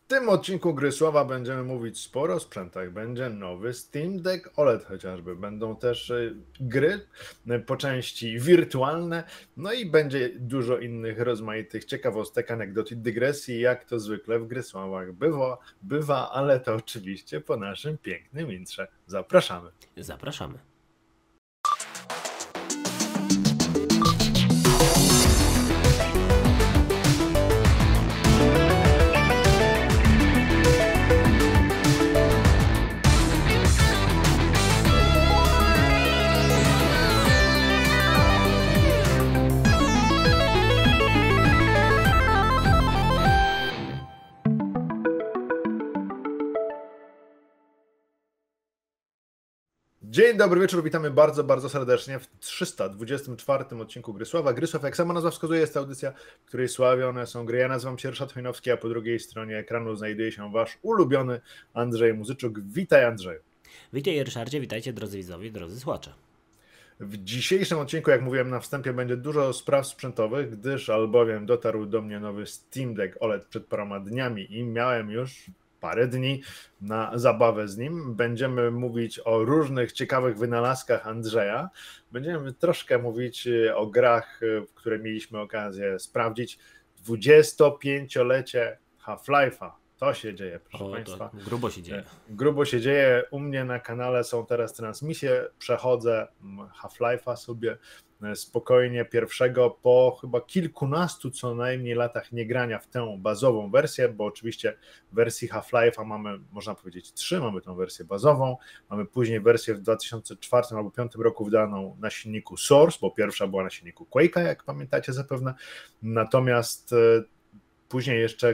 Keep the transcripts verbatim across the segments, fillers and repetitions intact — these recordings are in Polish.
tym odcinku Gry Słowa będziemy mówić sporo o sprzętach. Będzie nowy Steam Deck O L E D chociażby. Będą też gry, po części wirtualne, no i będzie dużo innych rozmaitych ciekawostek, anegdot i dygresji, jak to zwykle w Gry Słowach bywa, bywa, ale to oczywiście po naszym pięknym intrze. Zapraszamy. Zapraszamy. Dzień dobry wieczór, witamy bardzo, bardzo serdecznie w trzysta dwudziestym czwartym odcinku Gry Słowa. Gry Słowa, jak sama nazwa wskazuje, jest to audycja, w której sławione są gry. Ja nazywam się Ryszard Chojnowski, a po drugiej stronie ekranu znajduje się wasz ulubiony Andrzej Muzyczuk. Witaj, Andrzeju. Witaj, Ryszardzie, witajcie drodzy widzowie, drodzy słuchacze. W dzisiejszym odcinku, jak mówiłem na wstępie, będzie dużo spraw sprzętowych, gdyż albowiem dotarł do mnie nowy Steam Deck O L E D przed paroma dniami i miałem już parę dni na zabawę z nim. Będziemy mówić o różnych ciekawych wynalazkach Andrzeja. Będziemy troszkę mówić o grach, które mieliśmy okazję sprawdzić. dwudziestopięciolecie Half-Life'a. To się dzieje, proszę o, Państwa. Grubo się dzieje. Grubo się dzieje. U mnie na kanale są teraz transmisje. Przechodzę Half-Life'a sobie spokojnie pierwszego po chyba kilkunastu co najmniej latach niegrania w tę bazową wersję, bo oczywiście w wersji Half-Life'a mamy, można powiedzieć, trzy. Mamy tą wersję bazową, mamy później wersję w dwa tysiące czwartym albo dwa tysiące piątym roku wydaną na silniku Source, bo pierwsza była na silniku Quake'a, jak pamiętacie zapewne. Natomiast później jeszcze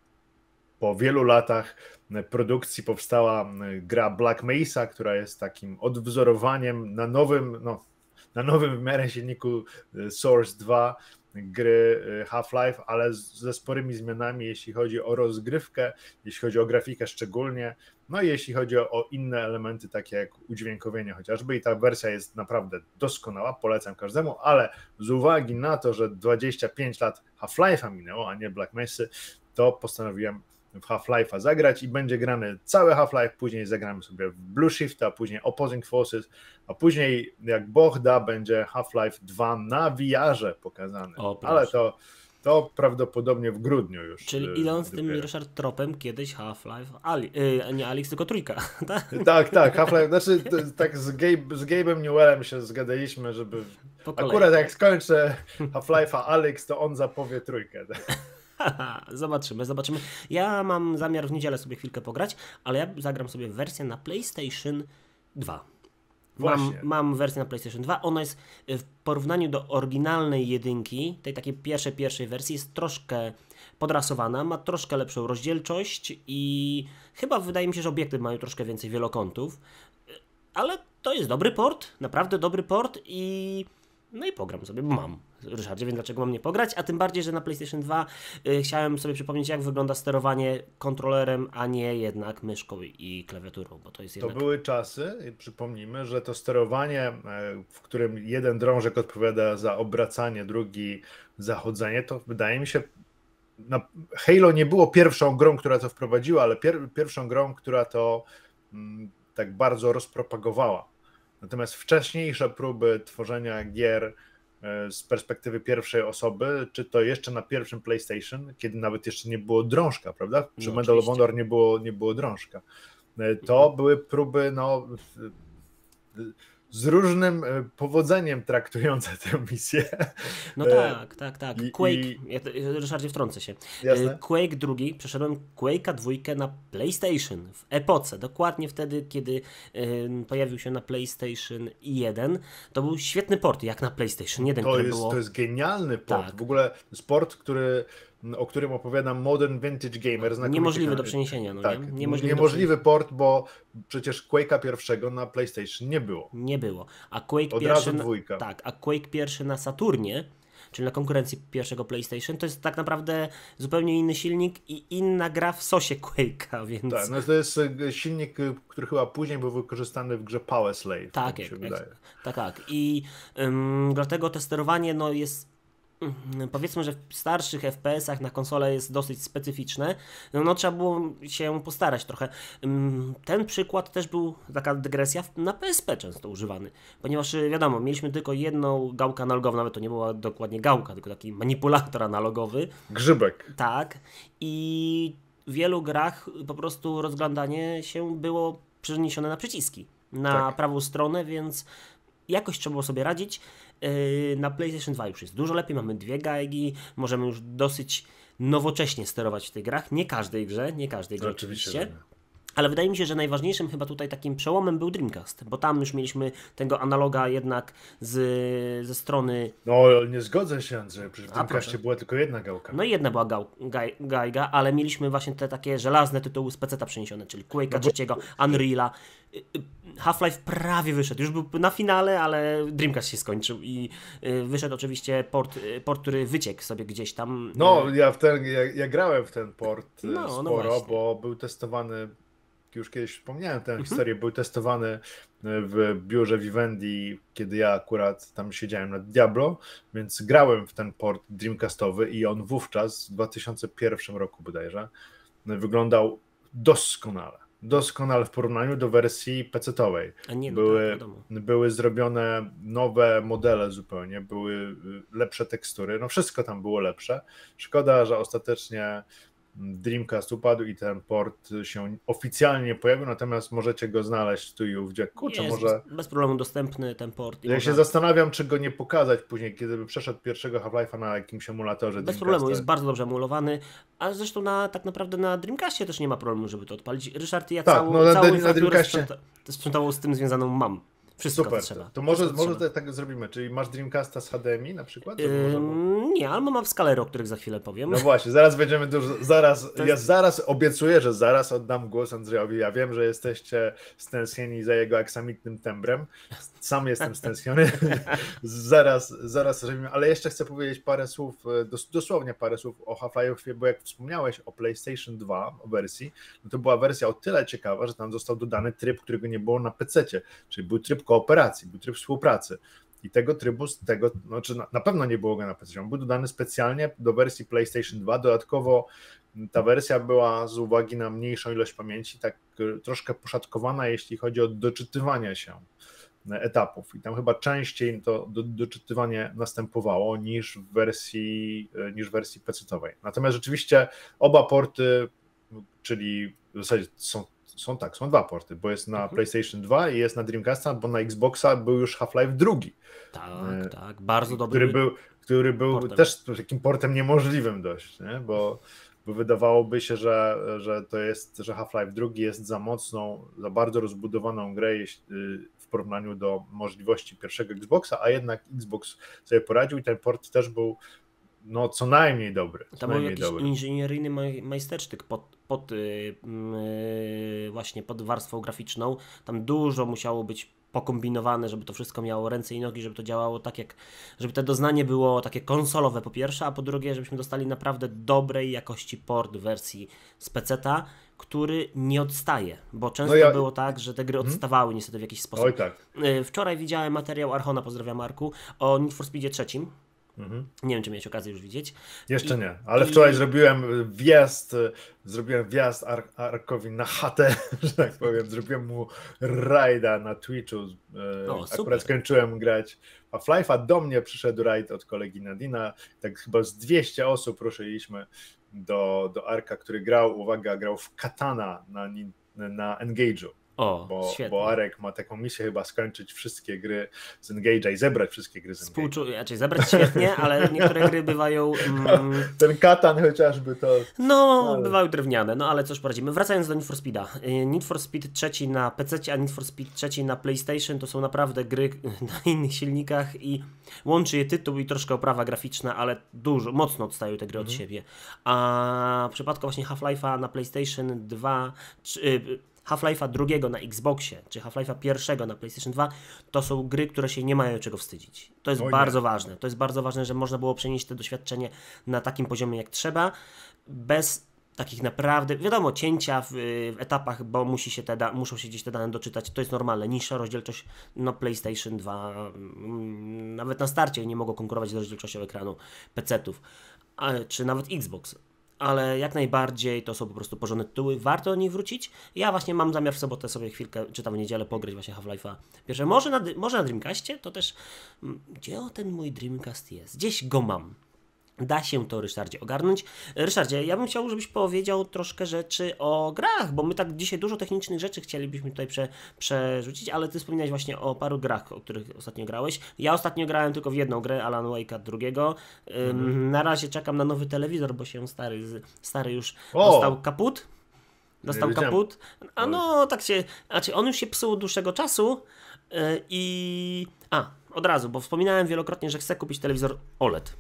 po wielu latach produkcji powstała gra Black Mesa, która jest takim odwzorowaniem na nowym, no, na nowym w miarę silniku Source dwa gry Half-Life, ale ze sporymi zmianami, jeśli chodzi o rozgrywkę, jeśli chodzi o grafikę szczególnie, no i jeśli chodzi o, o inne elementy, takie jak udźwiękowienie chociażby, i ta wersja jest naprawdę doskonała, polecam każdemu, ale z uwagi na to, że dwadzieścia pięć lat Half-Life'a minęło, a nie Black Mesy, to postanowiłem w Half-Life'a zagrać i będzie grany cały Half-Life, później zagramy sobie w Blue Shift, a później Opposing Forces, a później jak Bóg da, będzie Half-Life dwa na V R-ze pokazany, o, ale to, to prawdopodobnie w grudniu już. Czyli idąc tym, Ryszard, tropem, kiedyś Half-Life, Ali, yy, nie Alyx, tylko trójka. Tak, tak, Half-Life, znaczy tak z, Gabe, z Gabe'em Newellem się zgadaliśmy, żeby akurat jak skończę Half-Life'a Alyx, to on zapowie trójkę. Zobaczymy, zobaczymy. Ja mam zamiar w niedzielę sobie chwilkę pograć, ale ja zagram sobie wersję na PlayStation dwa. Mam, mam wersję na PlayStation dwa. Ona jest w porównaniu do oryginalnej jedynki, tej takiej pierwszej, pierwszej wersji, jest troszkę podrasowana, ma troszkę lepszą rozdzielczość i chyba wydaje mi się, że obiekty mają troszkę więcej wielokątów, ale to jest dobry port, naprawdę dobry port i no i pogram sobie, bo mam. Ryszardzie, więc dlaczego mam nie pograć? A tym bardziej, że na PlayStation dwa y, chciałem sobie przypomnieć, jak wygląda sterowanie kontrolerem, a nie jednak myszką i klawiaturą, bo to jest jednak... To były czasy, przypomnijmy, że to sterowanie, w którym jeden drążek odpowiada za obracanie, drugi za chodzenie, to wydaje mi się, no, Halo nie było pierwszą grą, która to wprowadziła, ale pier pierwszą grą, która to mm, tak bardzo rozpropagowała. Natomiast wcześniejsze próby tworzenia gier z perspektywy pierwszej osoby, czy to jeszcze na pierwszym PlayStation, kiedy nawet jeszcze nie było drążka, prawda? Przy no, Medal of Honor nie było, nie było drążka. To mhm. były próby, no, z różnym powodzeniem traktujące tę misję. No tak, tak, tak. I, Quake, i... ja, Ryszardzie, wtrącę się. Jasne? Quake drugi, przeszedłem Quake'a dwójkę na PlayStation w epoce, dokładnie wtedy, kiedy y, pojawił się na PlayStation jeden. To był świetny port, jak na PlayStation jeden. To, jest, było... to jest genialny port. Tak. W ogóle sport, który... o którym opowiadam Modern Vintage Gamer. Niemożliwy do przeniesienia. No tak, nie? Niemożliwy, niemożliwy port, bo przecież Quake'a pierwszego na PlayStation nie było. Nie było. A Quake Od pierwszy, razu dwójka. Tak, a Quake pierwszy na Saturnie, czyli na konkurencji pierwszego PlayStation, to jest tak naprawdę zupełnie inny silnik i inna gra w sosie Quake'a, więc... Tak, no to jest silnik, który chyba później był wykorzystany w grze Power Slave. Tak, jak, jak, tak, tak. I ym, dlatego to sterowanie no, jest powiedzmy, że w starszych F P S-ach na konsolę jest dosyć specyficzne, no, no trzeba było się postarać trochę. Ten przykład też był, taka dygresja, na P S P często używany, ponieważ wiadomo, mieliśmy tylko jedną gałkę analogową, nawet to nie była dokładnie gałka, tylko taki manipulator analogowy. Grzybek. Tak. I w wielu grach po prostu rozglądanie się było przeniesione na przyciski, na tak. prawą stronę, więc jakoś trzeba było sobie radzić. Na PlayStation dwa już jest dużo lepiej, mamy dwie gałki, możemy już dosyć nowocześnie sterować w tych grach. Nie każdej grze, nie każdej grze oczywiście. oczywiście. Ale wydaje mi się, że najważniejszym chyba tutaj takim przełomem był Dreamcast, bo tam już mieliśmy tego analoga jednak z, ze strony... No nie zgodzę się, Andrzej, przecież w Dreamcastie była tylko jedna gałka. No i jedna była gał, gaj, gajga, ale mieliśmy właśnie te takie żelazne tytuły z peceta przeniesione, czyli Quake'a trzeciego, Unreal'a. Half-Life prawie wyszedł, już był na finale, ale Dreamcast się skończył i wyszedł oczywiście port, port który wyciekł sobie gdzieś tam. No, ja, w ten, ja, ja grałem w ten port no, sporo, no bo był testowany, już kiedyś wspomniałem tę mhm. historię, był testowany w biurze Vivendi, kiedy ja akurat tam siedziałem nad Diablo, więc grałem w ten port Dreamcastowy i on wówczas, w dwa tysiące pierwszym roku bodajże, wyglądał doskonale. Doskonale w porównaniu do wersji pecetowej. A nie, no były, tak, były zrobione nowe modele zupełnie, były lepsze tekstury, no wszystko tam było lepsze. Szkoda, że ostatecznie Dreamcast upadł i ten port się oficjalnie nie pojawił, natomiast możecie go znaleźć tu i ówdzie. Kurczę, jest może... bez problemu dostępny ten port. Ja można... się zastanawiam, czy go nie pokazać później, kiedy by przeszedł pierwszego Half-Life'a na jakimś emulatorze. Bez problemu, jest bardzo dobrze emulowany, a zresztą na, tak naprawdę na Dreamcastie też nie ma problemu, żeby to odpalić. Ryszard, ja tak, całą, no, całą na, infrastrukturę na sprzęta, sprzętową z tym związaną mam. Wszystko Super, to trzeba. to może, Wszystko może trzeba. tak zrobimy, czyli masz Dreamcasta z H D M I na przykład? Yy, nie, albo mam Scalery, o których za chwilę powiem. No właśnie, zaraz będziemy dużo, zaraz, jest... ja zaraz obiecuję, że zaraz oddam głos Andrzejowi, ja wiem, że jesteście stęsknieni za jego aksamitnym tembrem, sam jestem stęskniony, zaraz, zaraz robimy, ale jeszcze chcę powiedzieć parę słów, dos, dosłownie parę słów o Half-Life'ie, bo jak wspomniałeś o PlayStation dwa, o wersji, no to była wersja o tyle ciekawa, że tam został dodany tryb, którego nie było na pececie, czyli był tryb kooperacji, był tryb współpracy. I tego trybu, z tego, znaczy na, na pewno nie było go na P C. On był dodany specjalnie do wersji PlayStation dwa. Dodatkowo ta wersja była z uwagi na mniejszą ilość pamięci tak troszkę poszatkowana, jeśli chodzi o doczytywanie się etapów. I tam chyba częściej to do, doczytywanie następowało niż w wersji, niż w wersji pecetowej. Natomiast rzeczywiście oba porty, czyli w zasadzie są Są tak, są dwa porty, bo jest na mhm. PlayStation dwa i jest na Dreamcasta, bo na Xboxa był już Half-Life drugi. Tak, e, tak, bardzo dobry. Który był, który był też takim portem niemożliwym dość, nie? Bo, bo wydawałoby się, że, że to jest, że Half-Life drugi jest za mocną, za bardzo rozbudowaną grę w porównaniu do możliwości pierwszego Xboxa, a jednak Xbox sobie poradził i ten port też był no co najmniej dobry. Co Tam najmniej był jakiś dobry. inżynieryjny majstersztyk pod, pod yy, yy, właśnie pod warstwą graficzną. Tam dużo musiało być pokombinowane, żeby to wszystko miało ręce i nogi, żeby to działało tak jak, żeby to doznanie było takie konsolowe po pierwsze, a po drugie, żebyśmy dostali naprawdę dobrej jakości port wersji z peceta, który nie odstaje, bo często no ja... było tak, że te gry odstawały niestety w jakiś sposób. Oj tak. Yy, wczoraj widziałem materiał Archona, pozdrawiam Marku, o Need for Speedzie trzecim. Mhm. Nie wiem, czy miałeś okazję już widzieć. Jeszcze I, nie, ale i... wczoraj zrobiłem wjazd, zrobiłem wjazd Ar- Arkowi na chatę, że tak powiem, zrobiłem mu rajda na Twitchu. O, akurat skończyłem grać Half-Life'a, do mnie przyszedł rajd od kolegi Nadina, tak chyba z dwieście osób ruszyliśmy do, do Arka, który grał, uwaga, grał w Katana na, na Engage'u. O, bo, świetnie. bo Arek ma taką misję chyba skończyć wszystkie gry z Engage'a i zebrać wszystkie gry z Engage'a. Współczu... Znaczy zebrać świetnie, ale niektóre gry bywają... Mm... Ten Katan chociażby to... No, ale... bywały drewniane, no ale cóż poradzimy. Wracając do Need for Speeda. Need for Speed trzeci na P C, a Need for Speed trzeci na PlayStation to są naprawdę gry na innych silnikach i łączy je tytuł i troszkę oprawa graficzna, ale dużo, mocno odstają te gry mhm. od siebie. A w przypadku właśnie Half-Life'a na PlayStation dwa... Czy, Half-Life'a drugiego na Xboxie, czy Half-Life'a pierwszego na PlayStation dwa, to są gry, które się nie mają czego wstydzić. To jest Oj, bardzo nie. ważne. To jest bardzo ważne, że można było przenieść to doświadczenie na takim poziomie jak trzeba, bez takich naprawdę, wiadomo, cięcia w, w etapach, bo musi się te da, muszą się gdzieś te dane doczytać, to jest normalne. Niższa rozdzielczość, no PlayStation dwa, mm, nawet na starcie nie mogło konkurować z rozdzielczością ekranu pecetów, czy nawet Xbox. Ale jak najbardziej to są po prostu porządne tytuły, warto do nich wrócić. Ja właśnie mam zamiar w sobotę sobie chwilkę, czy tam w niedzielę pograć właśnie Half-Life'a. Pierwsze, może na, może na Dreamcastie, to też, gdzie o ten mój Dreamcast jest? Gdzieś go mam. Da się to, Ryszardzie, ogarnąć. Ryszardzie, ja bym chciał, żebyś powiedział troszkę rzeczy o grach, bo my tak dzisiaj dużo technicznych rzeczy chcielibyśmy tutaj prze, przerzucić, ale ty wspominałeś właśnie o paru grach, o których ostatnio grałeś. Ja ostatnio grałem tylko w jedną grę, Alan Wake'a drugiego. Mhm. Na razie czekam na nowy telewizor, bo się stary, stary już o! dostał kaput. Dostał kaput. A no, tak się, znaczy on już się psuł od dłuższego czasu yy, i... A, od razu, bo wspominałem wielokrotnie, że chcę kupić telewizor O L E D.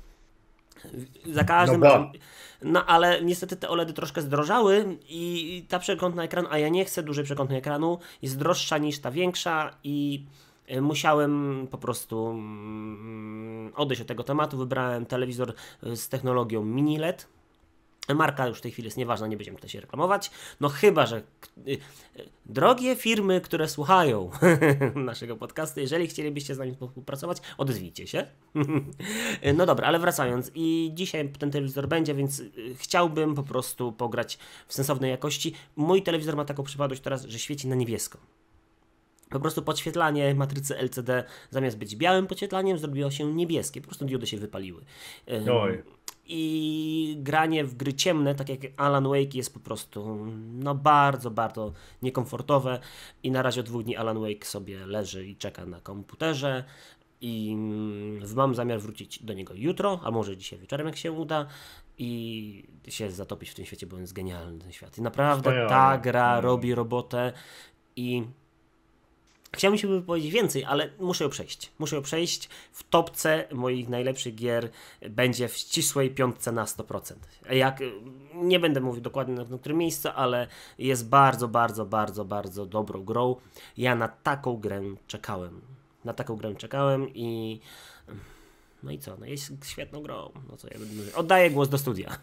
Za każdym no razem. No ale niestety te O L E D y troszkę zdrożały i ta przekątna ekranu, a ja nie chcę dużej przekątnej ekranu, jest droższa niż ta większa i musiałem po prostu odejść od tego tematu. Wybrałem telewizor z technologią mini L E D. Marka już w tej chwili jest nieważna, nie będziemy tutaj się reklamować. No chyba, że drogie firmy, które słuchają naszego podcastu, jeżeli chcielibyście z nami współpracować, odezwijcie się. No dobra, ale wracając. I dzisiaj ten telewizor będzie, więc chciałbym po prostu pograć w sensownej jakości. Mój telewizor ma taką przypadłość teraz, że świeci na niebiesko. Po prostu podświetlanie matrycy L C D zamiast być białym podświetlaniem zrobiło się niebieskie. Po prostu diody się wypaliły. Oj. I granie w gry ciemne, tak jak Alan Wake, jest po prostu no bardzo, bardzo niekomfortowe i na razie od dwóch dni Alan Wake sobie leży i czeka na komputerze i mam zamiar wrócić do niego jutro, a może dzisiaj wieczorem, jak się uda, i się zatopić w tym świecie, bo on jest genialny, ten świat. I naprawdę Wspaniale. ta gra no. robi robotę i chciałbym się powiedzieć więcej, ale muszę ją przejść. Muszę ją przejść. W topce moich najlepszych gier będzie w ścisłej piątce na sto procent. Jak, nie będę mówił dokładnie na, na którym miejscu, ale jest bardzo, bardzo, bardzo, bardzo dobrą grą. Ja na taką grę czekałem. Na taką grę czekałem i no i co? No jest świetną grą. No co ja będę mówił? Oddaję głos do studia.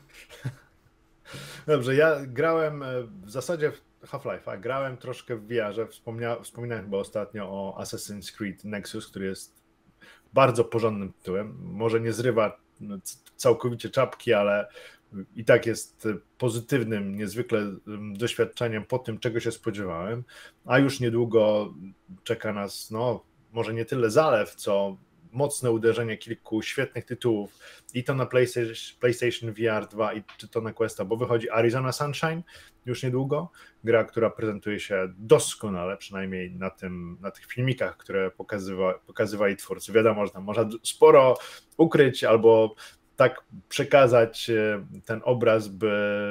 Dobrze, ja grałem w zasadzie w Half-Life'a, grałem troszkę w V R-ze, Wspomnia, wspominałem chyba ostatnio o Assassin's Creed Nexus, który jest bardzo porządnym tytułem. Może nie zrywa całkowicie czapki, ale i tak jest pozytywnym, niezwykle doświadczeniem po tym, czego się spodziewałem, a już niedługo czeka nas, no może nie tyle zalew, co mocne uderzenie kilku świetnych tytułów i to na PlayStation, PlayStation V R dwa i czy to na Questa, bo wychodzi Arizona Sunshine już niedługo, gra, która prezentuje się doskonale, przynajmniej na, tym, na tych filmikach, które pokazywa, pokazywali twórcy. Wiadomo, że tam można sporo ukryć albo tak przekazać ten obraz, by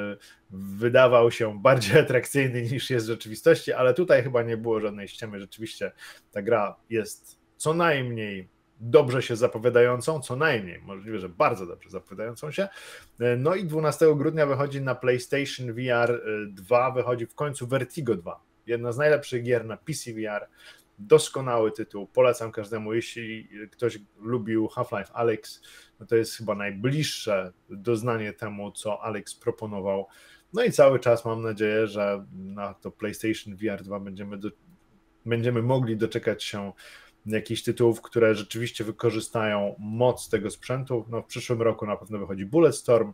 wydawał się bardziej atrakcyjny niż jest w rzeczywistości, ale tutaj chyba nie było żadnej ściemy. Rzeczywiście ta gra jest co najmniej dobrze się zapowiadającą, co najmniej, możliwe, że bardzo dobrze zapowiadającą się. No i dwunastego grudnia wychodzi na PlayStation V R dwa, wychodzi w końcu Vertigo dwa. Jedna z najlepszych gier na P C V R. Doskonały tytuł, polecam każdemu, jeśli ktoś lubił Half-Life Alyx, no to jest chyba najbliższe doznanie temu, co Alyx proponował. No i cały czas mam nadzieję, że na to PlayStation V R dwa będziemy, do, będziemy mogli doczekać się jakichś tytułów, które rzeczywiście wykorzystają moc tego sprzętu. No, w przyszłym roku na pewno wychodzi Bulletstorm,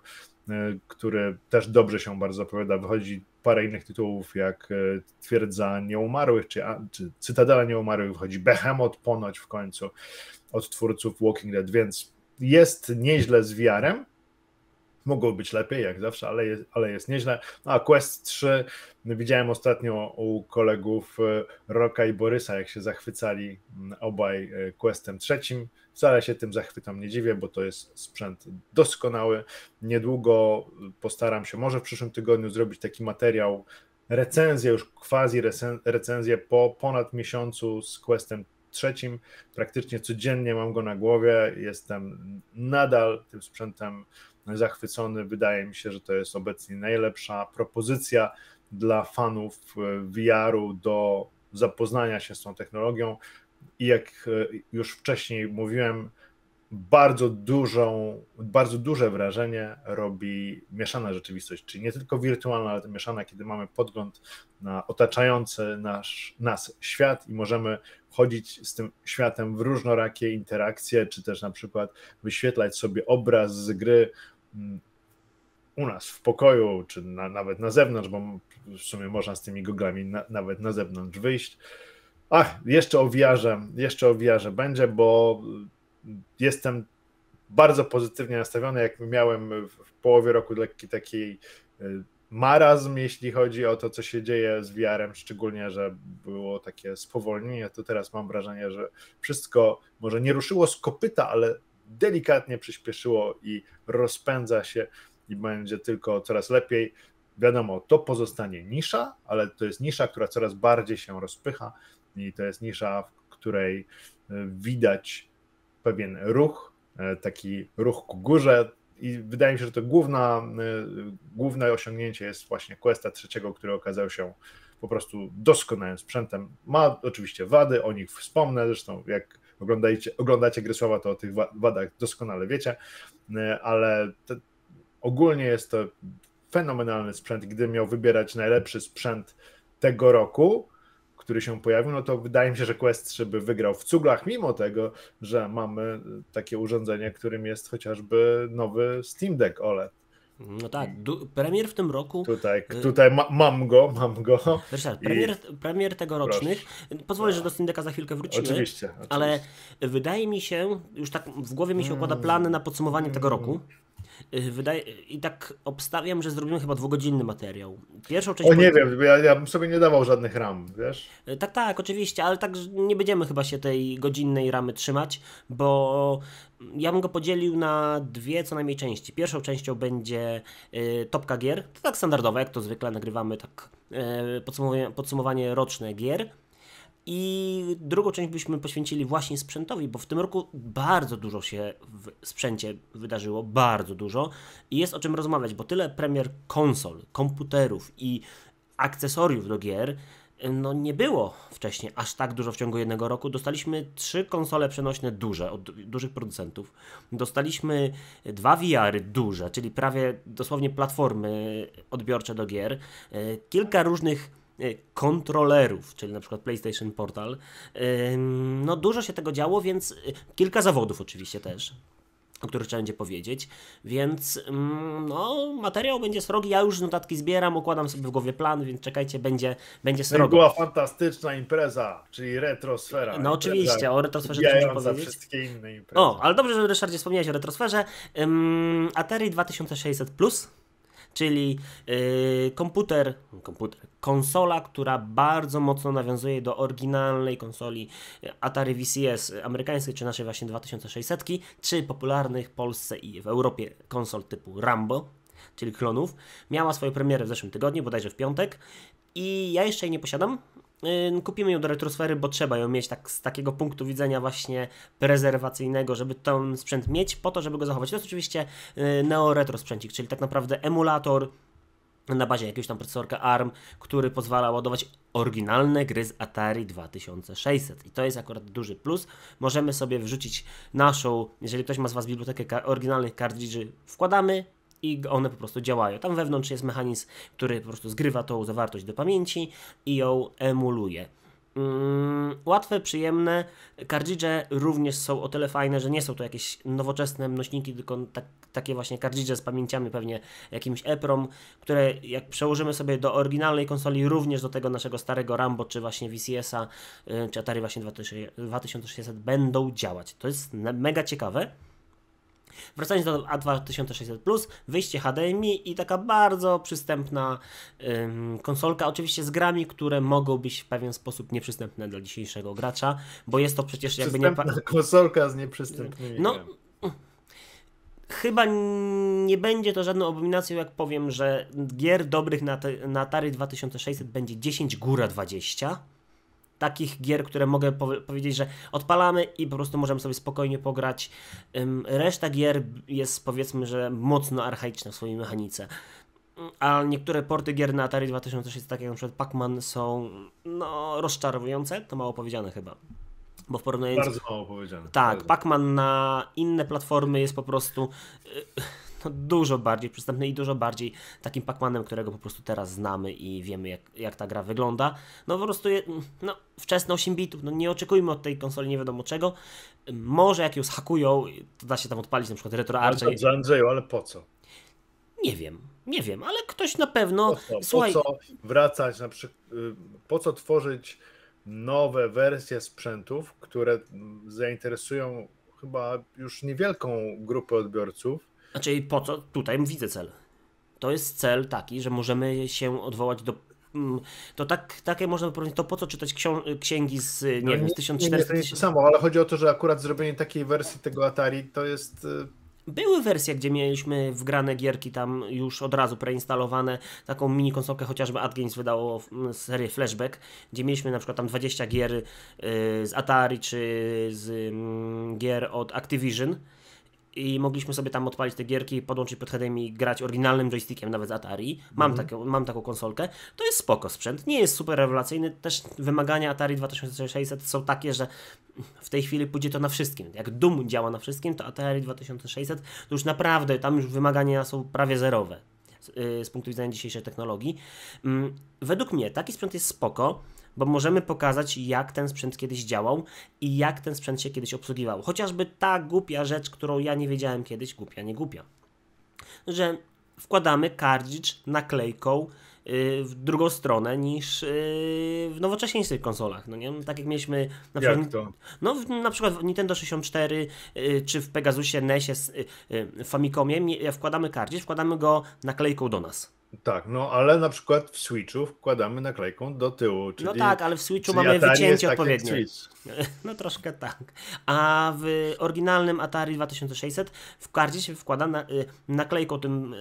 który też dobrze się bardzo zapowiada. Wychodzi parę innych tytułów, jak Twierdza Nieumarłych, czy, czy Cytadela Nieumarłych, wychodzi Behemoth ponoć w końcu od twórców Walking Dead, więc jest nieźle z V R-em. Mogło być lepiej, jak zawsze, ale jest, ale jest nieźle. No a Quest trzy, widziałem ostatnio u kolegów Roka i Borysa, jak się zachwycali obaj Questem trzecim. Wcale się tym zachwytom nie dziwię, bo to jest sprzęt doskonały. Niedługo postaram się, może w przyszłym tygodniu, zrobić taki materiał, recenzję, już quasi recenzję po ponad miesiącu z Questem trzecim. Praktycznie codziennie mam go na głowie. Jestem nadal tym sprzętem zachwycony. Wydaje mi się, że to jest obecnie najlepsza propozycja dla fanów V R-u do zapoznania się z tą technologią i jak już wcześniej mówiłem, bardzo dużą, bardzo duże wrażenie robi mieszana rzeczywistość, czyli nie tylko wirtualna, ale mieszana, kiedy mamy podgląd na otaczający nasz, nas świat i możemy wchodzić z tym światem w różnorakie interakcje, czy też na przykład wyświetlać sobie obraz z gry u nas w pokoju, czy na, nawet na zewnątrz, bo w sumie można z tymi goglami na, nawet na zewnątrz wyjść. Ach, jeszcze o V R-ze, jeszcze o V R-ze będzie, bo jestem bardzo pozytywnie nastawiony, jak miałem w połowie roku lekki taki marazm, jeśli chodzi o to, co się dzieje z V R-em, szczególnie, że było takie spowolnienie, to teraz mam wrażenie, że wszystko może nie ruszyło z kopyta, ale delikatnie przyspieszyło i rozpędza się i będzie tylko coraz lepiej. Wiadomo, to pozostanie nisza, ale to jest nisza, która coraz bardziej się rozpycha i to jest nisza, w której widać pewien ruch, taki ruch ku górze i wydaje mi się, że to główna, główne osiągnięcie jest właśnie Questa trzeciego, który okazał się po prostu doskonałym sprzętem. Ma oczywiście wady, o nich wspomnę, zresztą jak oglądacie, oglądacie gry Sława, to o tych wadach doskonale wiecie, ale te, ogólnie jest to fenomenalny sprzęt. Gdybym miał wybierać najlepszy sprzęt tego roku, który się pojawił, no to wydaje mi się, że Quest trzy by wygrał w cuglach, mimo tego, że mamy takie urządzenie, którym jest chociażby nowy Steam Deck O L E D. No tak, du- premier w tym roku... Tutaj, tutaj ma, mam go, mam go. Ryszard, premier, I... premier tegorocznych, pozwolę, że do Steam Decka za chwilkę wrócimy, oczywiście, oczywiście. Ale wydaje mi się, już tak w głowie mi się układa plany na podsumowanie tego roku. Wydaje, I tak obstawiam, że zrobimy chyba dwugodzinny materiał. Pierwszą część... O nie wiem, ja, ja bym sobie nie dawał żadnych ram, wiesz? Tak, tak, oczywiście, ale tak nie będziemy chyba się tej godzinnej ramy trzymać, bo ja bym go podzielił na dwie co najmniej części. Pierwszą częścią będzie y, topka gier, to tak standardowe, jak to zwykle nagrywamy, tak y, podsumowanie, podsumowanie roczne gier. I drugą część byśmy poświęcili właśnie sprzętowi, bo w tym roku bardzo dużo się w sprzęcie wydarzyło, bardzo dużo i jest o czym rozmawiać, bo tyle premier konsol, komputerów i akcesoriów do gier no nie było wcześniej aż tak dużo w ciągu jednego roku. Dostaliśmy trzy konsole przenośne duże od dużych producentów. Dostaliśmy dwa V R-y duże, czyli prawie dosłownie platformy odbiorcze do gier. Kilka różnych kontrolerów, czyli na przykład PlayStation Portal. No dużo się tego działo, więc kilka zawodów oczywiście też, o których trzeba będzie powiedzieć, więc no materiał będzie srogi, ja już notatki zbieram, układam sobie w głowie plan, więc czekajcie, będzie, będzie srogo. Była fantastyczna impreza, czyli Retrosfera. No oczywiście, o Retrosferze też muszę powiedzieć. Wszystkie inne imprezy. O, ale dobrze, że Ryszardzie wspomniałeś o Retrosferze. Um, Atari dwa tysiące sześćset Plus, czyli yy, komputer, komputer, konsola, która bardzo mocno nawiązuje do oryginalnej konsoli Atari V C S amerykańskiej, czy naszej właśnie dwa tysiące sześćset, czy popularnych w Polsce i w Europie konsol typu Rambo, czyli klonów. Miała swoją premierę w zeszłym tygodniu, bodajże w piątek i ja jeszcze jej nie posiadam. Kupimy ją do Retrosfery, bo trzeba ją mieć tak z takiego punktu widzenia właśnie prezerwacyjnego, żeby ten sprzęt mieć po to, żeby go zachować. To jest oczywiście Neo Retro sprzęcik, czyli tak naprawdę emulator na bazie jakiegoś tam procesorka A R M, który pozwala ładować oryginalne gry z Atari dwa tysiące sześćset. I to jest akurat duży plus. Możemy sobie wrzucić naszą, jeżeli ktoś ma z Was bibliotekę oryginalnych kartridży, wkładamy i one po prostu działają. Tam wewnątrz jest mechanizm, który po prostu zgrywa tą zawartość do pamięci i ją emuluje. Mm, łatwe, przyjemne. Kartridże również są o tyle fajne, że nie są to jakieś nowoczesne nośniki, tylko tak, takie właśnie kartridże z pamięciami, pewnie jakimś EPROM, które jak przełożymy sobie do oryginalnej konsoli, również do tego naszego starego Rambo, czy właśnie V C S a, czy Atari właśnie dwa tysiące sześćset będą działać. To jest mega ciekawe. Wracając do A dwa tysiące sześćset Plus, wyjście H D M I i taka bardzo przystępna ym, konsolka, oczywiście z grami, które mogą być w pewien sposób nieprzystępne dla dzisiejszego gracza, bo jest to przecież jakby nie... konsolka z nieprzystępnymi no, grami. Chyba nie będzie to żadną abominacją, jak powiem, że gier dobrych na, te, na Atari dwa tysiące sześćset będzie dziesięć, góra dwadzieścia. Takich gier, które mogę powie- powiedzieć, że odpalamy i po prostu możemy sobie spokojnie pograć. Ym, reszta gier jest, powiedzmy, że mocno archaiczna w swojej mechanice. A niektóre porty gier na Atari dwa tysiące sześćset, takie jak na przykład Pac-Man, są no, rozczarowujące. To mało powiedziane chyba. Bo w porównaniu... Bardzo mało powiedziane. Tak, Pac-Man na inne platformy jest po prostu no, dużo bardziej przystępny i dużo bardziej takim Pac-Manem, którego po prostu teraz znamy i wiemy jak, jak ta gra wygląda. No po prostu je, no, wczesne osiem bitów, no nie oczekujmy od tej konsoli nie wiadomo czego. Może jak ją zhakują, to da się tam odpalić na przykład RetroArch. Ale dobrze, Andrzeju, ale po co? Nie wiem, nie wiem, ale ktoś na pewno... Po co, Słuchaj... po co wracać, na przykład, po co tworzyć nowe wersje sprzętów, które zainteresują chyba już niewielką grupę odbiorców. Znaczy po co? Tutaj widzę cel. To jest cel taki, że możemy się odwołać do... To tak, takie można powiedzieć, to po co czytać ksią- księgi z, nie no wiem, z tysiąc czterysta... Nie, nie, nie to samo, ale chodzi o to, że akurat zrobienie takiej wersji tego Atari to jest... Były wersje, gdzie mieliśmy wgrane gierki tam już od razu preinstalowane, taką mini konsolkę chociażby AdGames wydało serię Flashback, gdzie mieliśmy na przykład tam dwadzieścia gier y, z Atari czy z y, gier od Activision i mogliśmy sobie tam odpalić te gierki, podłączyć pod H D M I i grać oryginalnym joystickiem nawet z Atari. Mam, mm. taką, mam taką konsolkę. To jest spoko sprzęt, nie jest super rewelacyjny, też wymagania Atari dwa tysiące sześćset są takie, że w tej chwili pójdzie to na wszystkim. Jak Doom działa na wszystkim, to Atari dwa tysiące sześćset to już naprawdę, tam już wymagania są prawie zerowe z, z punktu widzenia dzisiejszej technologii. Według mnie taki sprzęt jest spoko, bo możemy pokazać, jak ten sprzęt kiedyś działał i jak ten sprzęt się kiedyś obsługiwał. Chociażby ta głupia rzecz, którą ja nie wiedziałem kiedyś, głupia, nie głupia, że wkładamy kartridż naklejką yy, w drugą stronę niż yy, w nowocześniejszych konsolach. No nie? Tak jak mieliśmy na jak przykład, to? No, w, na przykład w Nintendo sześćdziesiąt cztery yy, czy w Pegasusie, N E S ie, yy, Famicomie wkładamy kartridż, wkładamy go naklejką do nas. Tak, no ale na przykład w Switchu wkładamy naklejką do tyłu. Czyli, no tak, ale w Switchu mamy wycięcie odpowiednie. No troszkę tak. A w oryginalnym Atari dwa tysiące sześćset w karcie się wkłada na, naklejką tym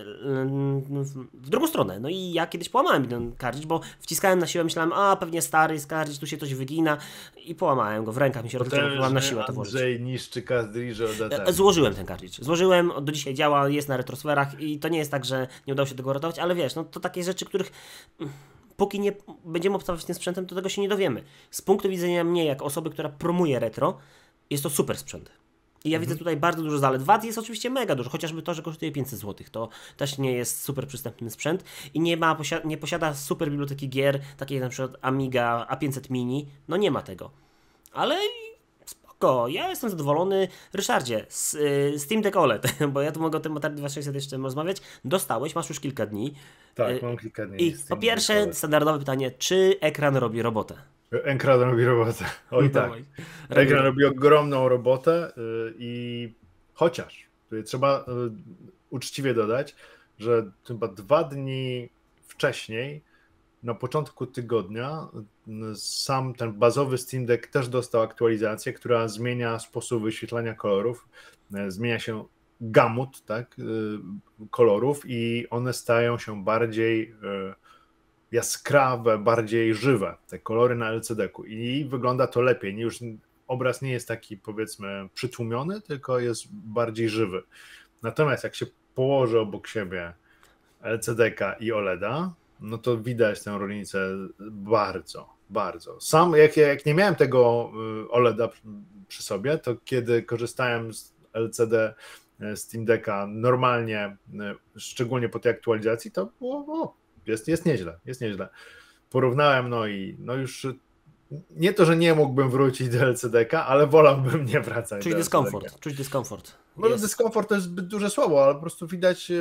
w drugą stronę. No i ja kiedyś połamałem ten kartridż, bo wciskałem na siłę, myślałem, a pewnie stary jest kartridż, tu się coś wygina i połamałem go w rękach, mi się rozgrzewał, na siłę to włożyć. Andrzej niszczy kartridże od Atari. Złożyłem ten kartridż. Złożyłem, do dzisiaj działa, jest na retrosferach i to nie jest tak, że nie udało się tego uratować, ale wiesz, no to takie rzeczy, których póki nie będziemy obcować z tym sprzętem, to tego się nie dowiemy. Z punktu widzenia mnie, jako osoby, która promuje retro, jest to super sprzęt. I ja mhm. widzę tutaj bardzo dużo zalet. Wad jest oczywiście mega dużo, chociażby to, że kosztuje pięćset złotych. To też nie jest super przystępny sprzęt i nie ma, nie posiada super biblioteki gier, takiej jak na przykład Amiga A pięćset Mini. No nie ma tego. Ale spoko, ja jestem zadowolony. Ryszardzie, z, y, Steam Deck O L E D, bo ja tu mogę o tym Atari dwa tysiące sześćset jeszcze rozmawiać. Dostałeś, masz już kilka dni. Tak, mam kilka dni. I po pierwsze, standardowe pytanie, czy ekran robi robotę? Ekran robi robotę. Oj no tak. Ekran robi ogromną robotę yy, i chociaż tutaj trzeba yy, uczciwie dodać, że chyba dwa dni wcześniej, na początku tygodnia, yy, sam ten bazowy Steam Deck też dostał aktualizację, która zmienia sposób wyświetlania kolorów, yy, zmienia się gamut, tak, yy, kolorów i one stają się bardziej yy, jaskrawe, bardziej żywe, te kolory na L C D-ku i wygląda to lepiej. Już obraz nie jest taki, powiedzmy, przytłumiony, tylko jest bardziej żywy. Natomiast jak się położy obok siebie L C D-ka i O L E D-a, no to widać tę różnicę bardzo, bardzo. Sam jak, jak nie miałem tego O L E D-a przy sobie, to kiedy korzystałem z L C D Steam Decka normalnie, szczególnie po tej aktualizacji, to było o, Jest, jest nieźle, jest nieźle. Porównałem, no i no już nie to, że nie mógłbym wrócić do L C D-ka, ale wolałbym nie wracać. Czuć dyskomfort, czuć dyskomfort. Może dyskomfort to jest zbyt duże słowo, ale po prostu widać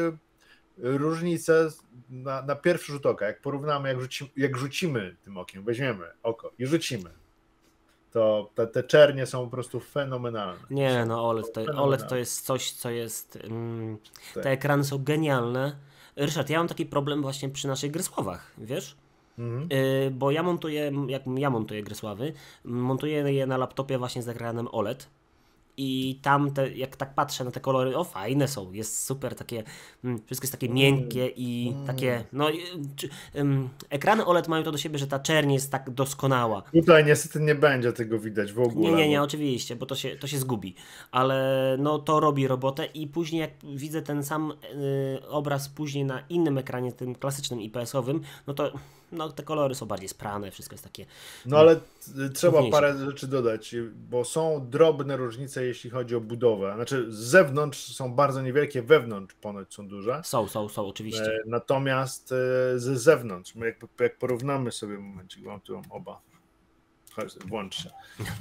różnicę na, na pierwszy rzut oka. Jak porównamy, jak rzucimy, jak rzucimy tym okiem, weźmiemy oko i rzucimy, to te, te czernie są po prostu fenomenalne. Nie, no O L E D to, O L E D to jest coś, co jest... Mm, tak. Te ekrany są genialne. Ryszard, ja mam taki problem właśnie przy naszych Grysławach, wiesz? Mhm. Yy, bo ja montuję, jak ja montuję Grysławy, montuję je na laptopie właśnie z ekranem O L E D i tam te, jak tak patrzę na te kolory, o fajne są, jest super, takie, mm, wszystko jest takie miękkie i mm. takie, no czy, um, ekrany O L E D mają to do siebie, że ta czerń jest tak doskonała. Tutaj niestety nie będzie tego widać w ogóle. Nie, nie, nie, bo... oczywiście, bo to się, to się zgubi, ale no to robi robotę i później jak widzę ten sam y, obraz później na innym ekranie, tym klasycznym I P S-owym, no to no, te kolory są bardziej sprane, wszystko jest takie... No ale t- trzeba parę rzeczy dodać, bo są drobne różnice, jeśli chodzi o budowę. Znaczy z zewnątrz są bardzo niewielkie, wewnątrz ponoć są duże. Są, są, są, oczywiście. E, natomiast e, ze zewnątrz, my jak, jak porównamy sobie, momencik, mam tu oba, chodź, włącz się,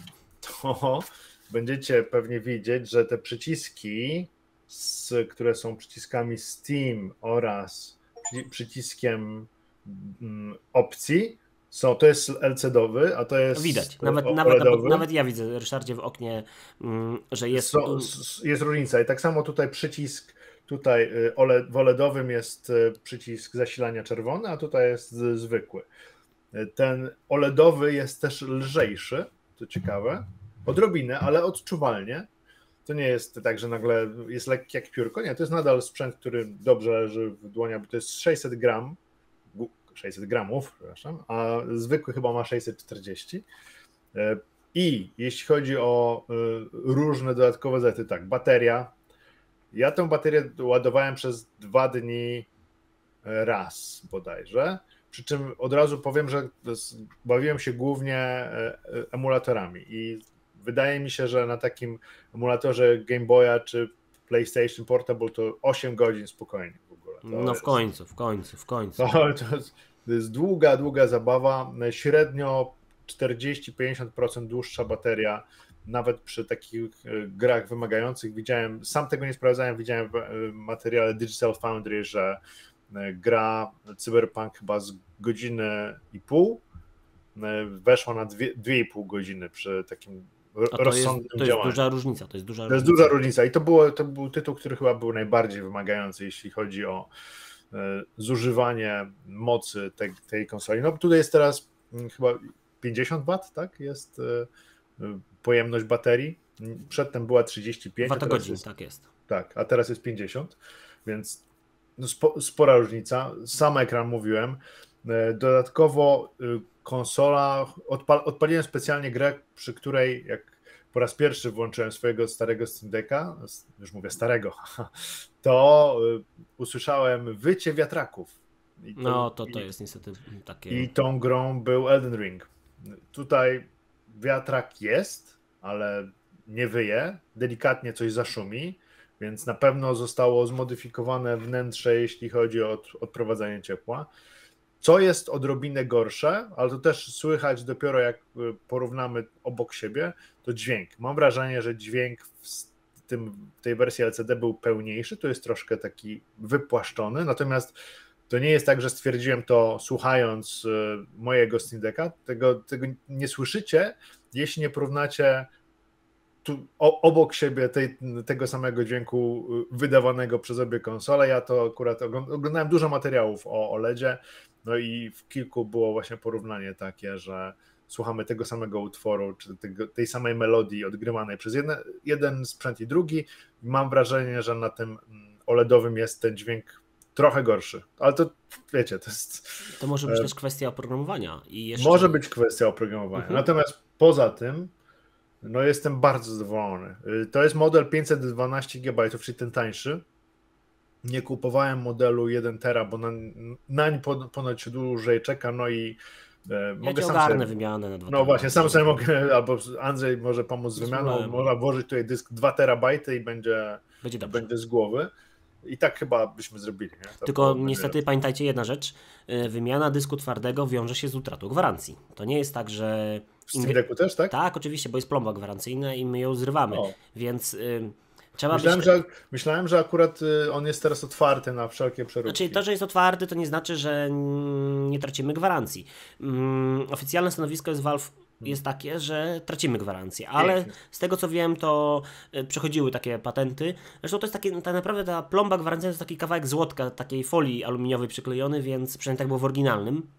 to będziecie pewnie widzieć, że te przyciski, z, które są przyciskami Steam oraz przy, przyciskiem opcji są, to jest L C D-owy, a to jest widać, nawet, nawet, nawet ja widzę, Ryszardzie, w oknie, że jest... So, jest różnica i tak samo tutaj przycisk, tutaj w O L E D-owym jest przycisk zasilania czerwony, a tutaj jest zwykły. Ten O L E D-owy jest też lżejszy, to ciekawe, odrobinę, ale odczuwalnie. To nie jest tak, że nagle jest lekki jak piórko, nie, to jest nadal sprzęt, który dobrze leży w dłoniach, bo to jest sześćset gram, sześćset gramów, przepraszam, a zwykły chyba ma sześćset czterdzieści. I jeśli chodzi o różne dodatkowe zalety, tak, bateria. Ja tę baterię ładowałem przez dwa dni raz bodajże, przy czym od razu powiem, że bawiłem się głównie emulatorami i wydaje mi się, że na takim emulatorze Game Boya czy PlayStation Portable to osiem godzin spokojnie w ogóle. To no w jest... końcu, w końcu, w końcu. To, to, jest, to jest długa, długa zabawa, średnio czterdzieści do pięćdziesięciu procent dłuższa bateria, nawet przy takich grach wymagających. Widziałem, sam tego nie sprawdzałem, widziałem w materiale Digital Foundry, że gra Cyberpunk chyba z godziny i pół weszła na dwie, dwie i pół godziny przy takim rozsądnym to jest, to jest duża różnica, to jest duża to różnica. jest duża różnica i to, było, to był tytuł, który chyba był najbardziej wymagający, jeśli chodzi o e, zużywanie mocy te, tej konsoli. No tutaj jest teraz m, chyba pięćdziesiąt watów, tak? Jest e, pojemność baterii. Przedtem była trzydzieści pięć. Watogodzin, jest, tak jest. Tak, a teraz jest pięćdziesiąt, więc no, spo, spora różnica. Sam ekran mówiłem. E, dodatkowo e, konsola, odpal, odpaliłem specjalnie grę, przy której jak po raz pierwszy włączyłem swojego starego Steam Decka, już mówię starego, to usłyszałem wycie wiatraków. I to, no to to jest niestety takie... I tą grą był Elden Ring. Tutaj wiatrak jest, ale nie wyje, delikatnie coś zaszumi, więc na pewno zostało zmodyfikowane wnętrze, jeśli chodzi o odprowadzanie ciepła. Co jest odrobinę gorsze, ale to też słychać dopiero jak porównamy obok siebie, to dźwięk. Mam wrażenie, że dźwięk w, tym, w tej wersji L C D był pełniejszy, to jest troszkę taki wypłaszczony, natomiast to nie jest tak, że stwierdziłem to słuchając mojego Steam Decka, tego, tego nie słyszycie, jeśli nie porównacie tu obok siebie tej, tego samego dźwięku wydawanego przez obie konsole. Ja to akurat oglądałem dużo materiałów o O L E D-zie, no i w kilku było właśnie porównanie takie, że słuchamy tego samego utworu, czy tego, tej samej melodii odgrywanej przez jedne, jeden sprzęt i drugi. I mam wrażenie, że na tym O L E D-owym jest ten dźwięk trochę gorszy, ale to wiecie, to jest... To może być e... też kwestia oprogramowania. I jeszcze... Może być kwestia oprogramowania, mhm. Natomiast poza tym no jestem bardzo zadowolony. To jest model pięćset dwanaście gigabajtów, czyli ten tańszy. Nie kupowałem modelu jeden tera, bo na, nań ponoć dłużej czeka, no i e, ja mogę sam ogarnę sobie... wymianę na dwa No właśnie, sam sobie mogę, albo Andrzej może pomóc z wymianą, można włożyć tutaj dysk dwa terabajty i będzie, będzie, będzie z głowy. I tak chyba byśmy zrobili. Nie? To Tylko niestety będzie... pamiętajcie jedna rzecz, wymiana dysku twardego wiąże się z utratą gwarancji. To nie jest tak, że... W Steam Decku też, tak? Tak, oczywiście, bo jest plomba gwarancyjna i my ją zrywamy, o. więc y, trzeba myślałem, być... że, myślałem, że akurat y, on jest teraz otwarty na wszelkie przeróbki. Znaczy to, że jest otwarty, to nie znaczy, że nie tracimy gwarancji. Um, oficjalne stanowisko jest Valve jest takie, że tracimy gwarancję, ale Pięknie. Z tego co wiem, to przechodziły takie patenty. Zresztą to jest takie, tak naprawdę ta plomba gwarancyjna to jest taki kawałek złotka, takiej folii aluminiowej przyklejony, więc przynajmniej tak było w oryginalnym.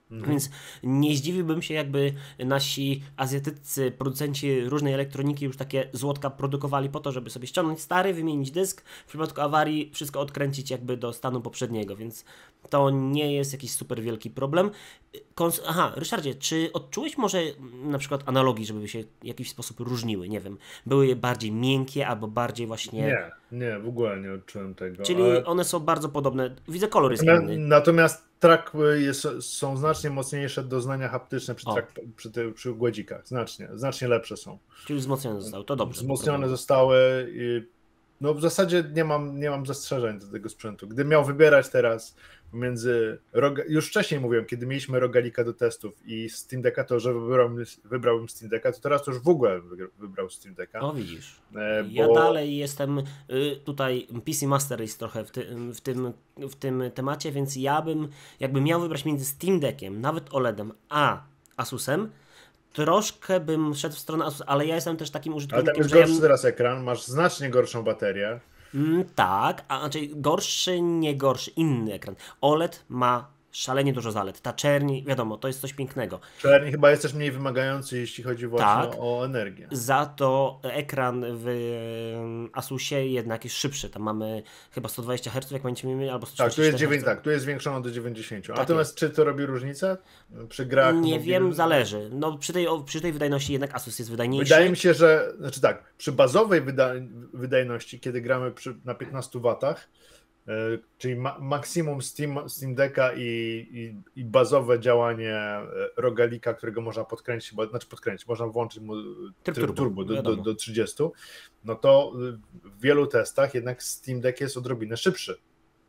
Mhm. Więc nie zdziwiłbym się, jakby nasi azjatyccy producenci różnej elektroniki już takie złotka produkowali po to, żeby sobie ściągnąć stary, wymienić dysk, w przypadku awarii wszystko odkręcić jakby do stanu poprzedniego, więc to nie jest jakiś super wielki problem. Kons- Aha, Ryszardzie, czy odczułeś może na przykład analogii, żeby się w jakiś sposób różniły? Nie wiem, były bardziej miękkie albo bardziej właśnie... Nie, nie, w ogóle nie odczułem tego. Czyli ale... one są bardzo podobne. Widzę, kolor jest natomiast, inny. Natomiast track jest, są znacznie mocniejsze doznania haptyczne przy, track, przy, ty, przy gładzikach. Znacznie, znacznie lepsze są. Czyli wzmocnione zostały, to dobrze. Wzmocnione zostały i no w zasadzie nie mam, nie mam zastrzeżeń do tego sprzętu. Gdybym miał wybierać teraz pomiędzy, roga, już wcześniej mówiłem, kiedy mieliśmy rogalika do testów i Steam Decka, to że wybrałbym, wybrałbym Steam Decka, to teraz to już w ogóle wybrał Steam Decka. O widzisz, e, bo... ja dalej jestem y, tutaj P C Master Race trochę w, ty, w, tym, w tym temacie, więc ja bym jakby miał wybrać między Steam Deckiem, nawet OLEDem, a Asusem, troszkę bym szedł w stronę Asus, ale ja jestem też takim użytkownikiem, ale tam jest że gorszy ja... teraz ekran, masz znacznie gorszą baterię. Mm, tak, a znaczy gorszy, nie gorszy, inny ekran. OLED ma szalenie dużo zalet. Ta czerni, wiadomo, to jest coś pięknego. Czerni chyba jest też mniej wymagający, jeśli chodzi właśnie tak, o energię. Za to ekran w Asusie jednak jest szybszy. Tam mamy chyba sto dwadzieścia herców, jak będziemy mieli, albo sto trzydzieści Tak, tu jest dziewięć, tak, tu jest zwiększone do dziewięćdziesięciu. Tak Natomiast jest. czy to robi różnicę przy grach? Nie mobilnych? wiem, zależy. No, przy, tej, przy tej wydajności jednak Asus jest wydajniejszy. Wydaje mi się, że, znaczy tak, przy bazowej wyda wydajności, kiedy gramy przy, na piętnastu watach, yy, czyli ma maksimum Steam, Steam Decka i, i, i bazowe działanie rogalika, którego można podkręcić, bo, znaczy podkręcić, można włączyć mu tryb turbo, turbo do, do, do trzydziestu, no to w wielu testach jednak Steam Deck jest odrobinę szybszy.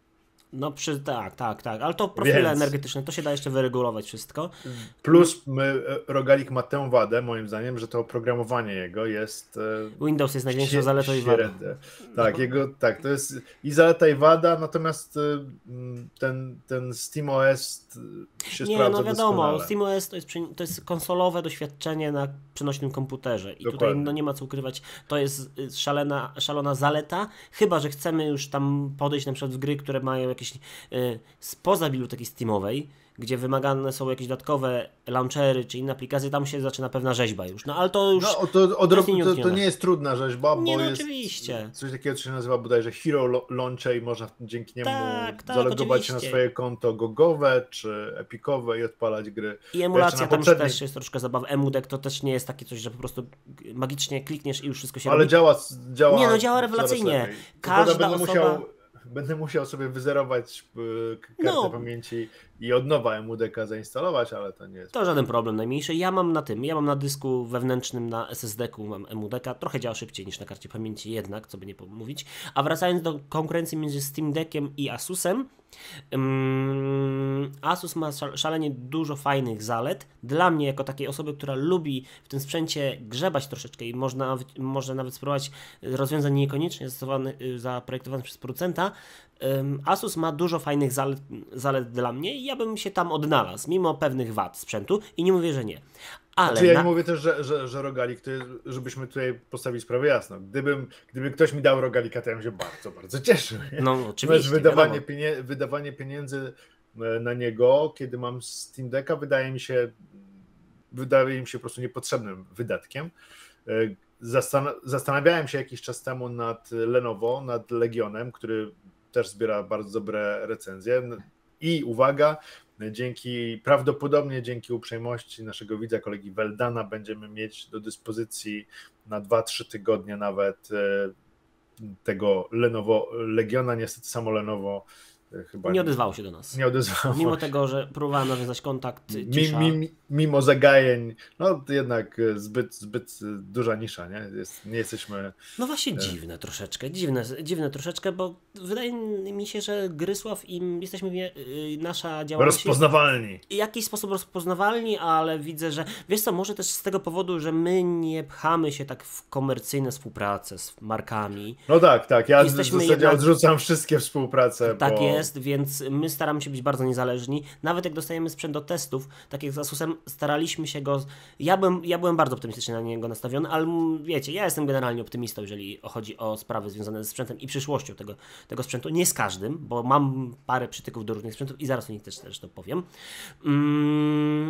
No przy, tak, tak, tak, ale to profile Więc... energetyczne, to się da jeszcze wyregulować wszystko. Plus my, rogalik ma tę wadę, moim zdaniem, że to oprogramowanie jego jest... Windows jest największą zaletą i wadą. Tak, no. jego, tak, to jest i zaleta i wada, natomiast ten, ten SteamOS się nie, sprawdza no wiadomo, doskonale. SteamOS to jest, to jest konsolowe doświadczenie na przenośnym komputerze i Dokładnie. Tutaj no, nie ma co ukrywać, to jest szalena, szalona zaleta, chyba że chcemy już tam podejść na przykład w gry, które mają jakieś y, spoza biblioteki Steamowej, gdzie wymagane są jakieś dodatkowe launchery czy inne aplikacje, tam się zaczyna pewna rzeźba już. No ale to już... No, to, od, to, to, to nie jest trudna rzeźba, bo nie, no, jest oczywiście. coś takiego, co się nazywa bodajże Hero Launcher i można dzięki niemu tak, tak, zalogować się na oczywiście. swoje konto gogowe czy epikowe i odpalać gry. I emulacja tam poprzedniej... też jest troszkę zabawa. Emudek to też nie jest takie coś, że po prostu magicznie klikniesz i już wszystko się Ale robi. działa, działa... Nie no, działa rewelacyjnie. Każda Każda będę osoba... Musiał... Będę musiał sobie wyzerować kartę no. pamięci i od nowa emudeka zainstalować, ale to nie jest... To żaden problem najmniejszy. Ja mam na tym, ja mam na dysku wewnętrznym, na S S D-ku mam emudeka. Trochę działa szybciej niż na karcie pamięci jednak, co by nie mówić. A wracając do konkurencji między Steam Deckiem i Asusem, um, Asus ma szalenie dużo fajnych zalet. Dla mnie, jako takiej osoby, która lubi w tym sprzęcie grzebać troszeczkę i można, może nawet spróbować rozwiązań niekoniecznie zaprojektowanych przez producenta, um, Asus ma dużo fajnych zalet, zalet dla mnie i ja bym się tam odnalazł, mimo pewnych wad sprzętu i nie mówię, że nie. Ale znaczy, ja na... nie mówię też, że, że, że rogalik, to jest, żebyśmy tutaj postawili sprawę jasno. Gdybym, gdyby ktoś mi dał rogalika, to ja bym się bardzo, bardzo cieszył. No oczywiście. Wydawanie, pienie, wydawanie pieniędzy na niego, kiedy mam Steam Decka, wydaje mi się, wydaje mi się po prostu niepotrzebnym wydatkiem. Zastan- zastanawiałem się jakiś czas temu nad Lenovo, nad Legionem, który też zbiera bardzo dobre recenzje. I uwaga, dzięki, prawdopodobnie dzięki uprzejmości naszego widza, kolegi Weldana, będziemy mieć do dyspozycji na dwa trzy tygodnie nawet tego Lenovo Legiona. Niestety samo Lenovo chyba nie odezwało się do nas. Nie odezwało. Mimo tego, że próbowałem nawiązać kontakt, cisza. Mi, mi, mimo zagajeń, no to jednak zbyt, zbyt duża nisza, nie? Jest, nie jesteśmy... No właśnie dziwne troszeczkę, dziwne, dziwne troszeczkę, bo wydaje mi się, że Grysław i jesteśmy, nasza działalność rozpoznawalni. Jest w jakiś sposób rozpoznawalni, ale widzę, że wiesz co, może też z tego powodu, że my nie pchamy się tak w komercyjne współprace z markami. No tak, tak, ja jesteśmy w zasadzie jednak... odrzucam wszystkie współprace. Tak bo... jest, więc my staramy się być bardzo niezależni. Nawet jak dostajemy sprzęt do testów, tak jak z Asusem, staraliśmy się go... Ja byłem, ja byłem bardzo optymistycznie na niego nastawiony, ale wiecie, ja jestem generalnie optymistą, jeżeli chodzi o sprawy związane ze sprzętem i przyszłością tego, tego sprzętu. Nie z każdym, bo mam parę przytyków do różnych sprzętów i zaraz o nich też, też to powiem. Mm,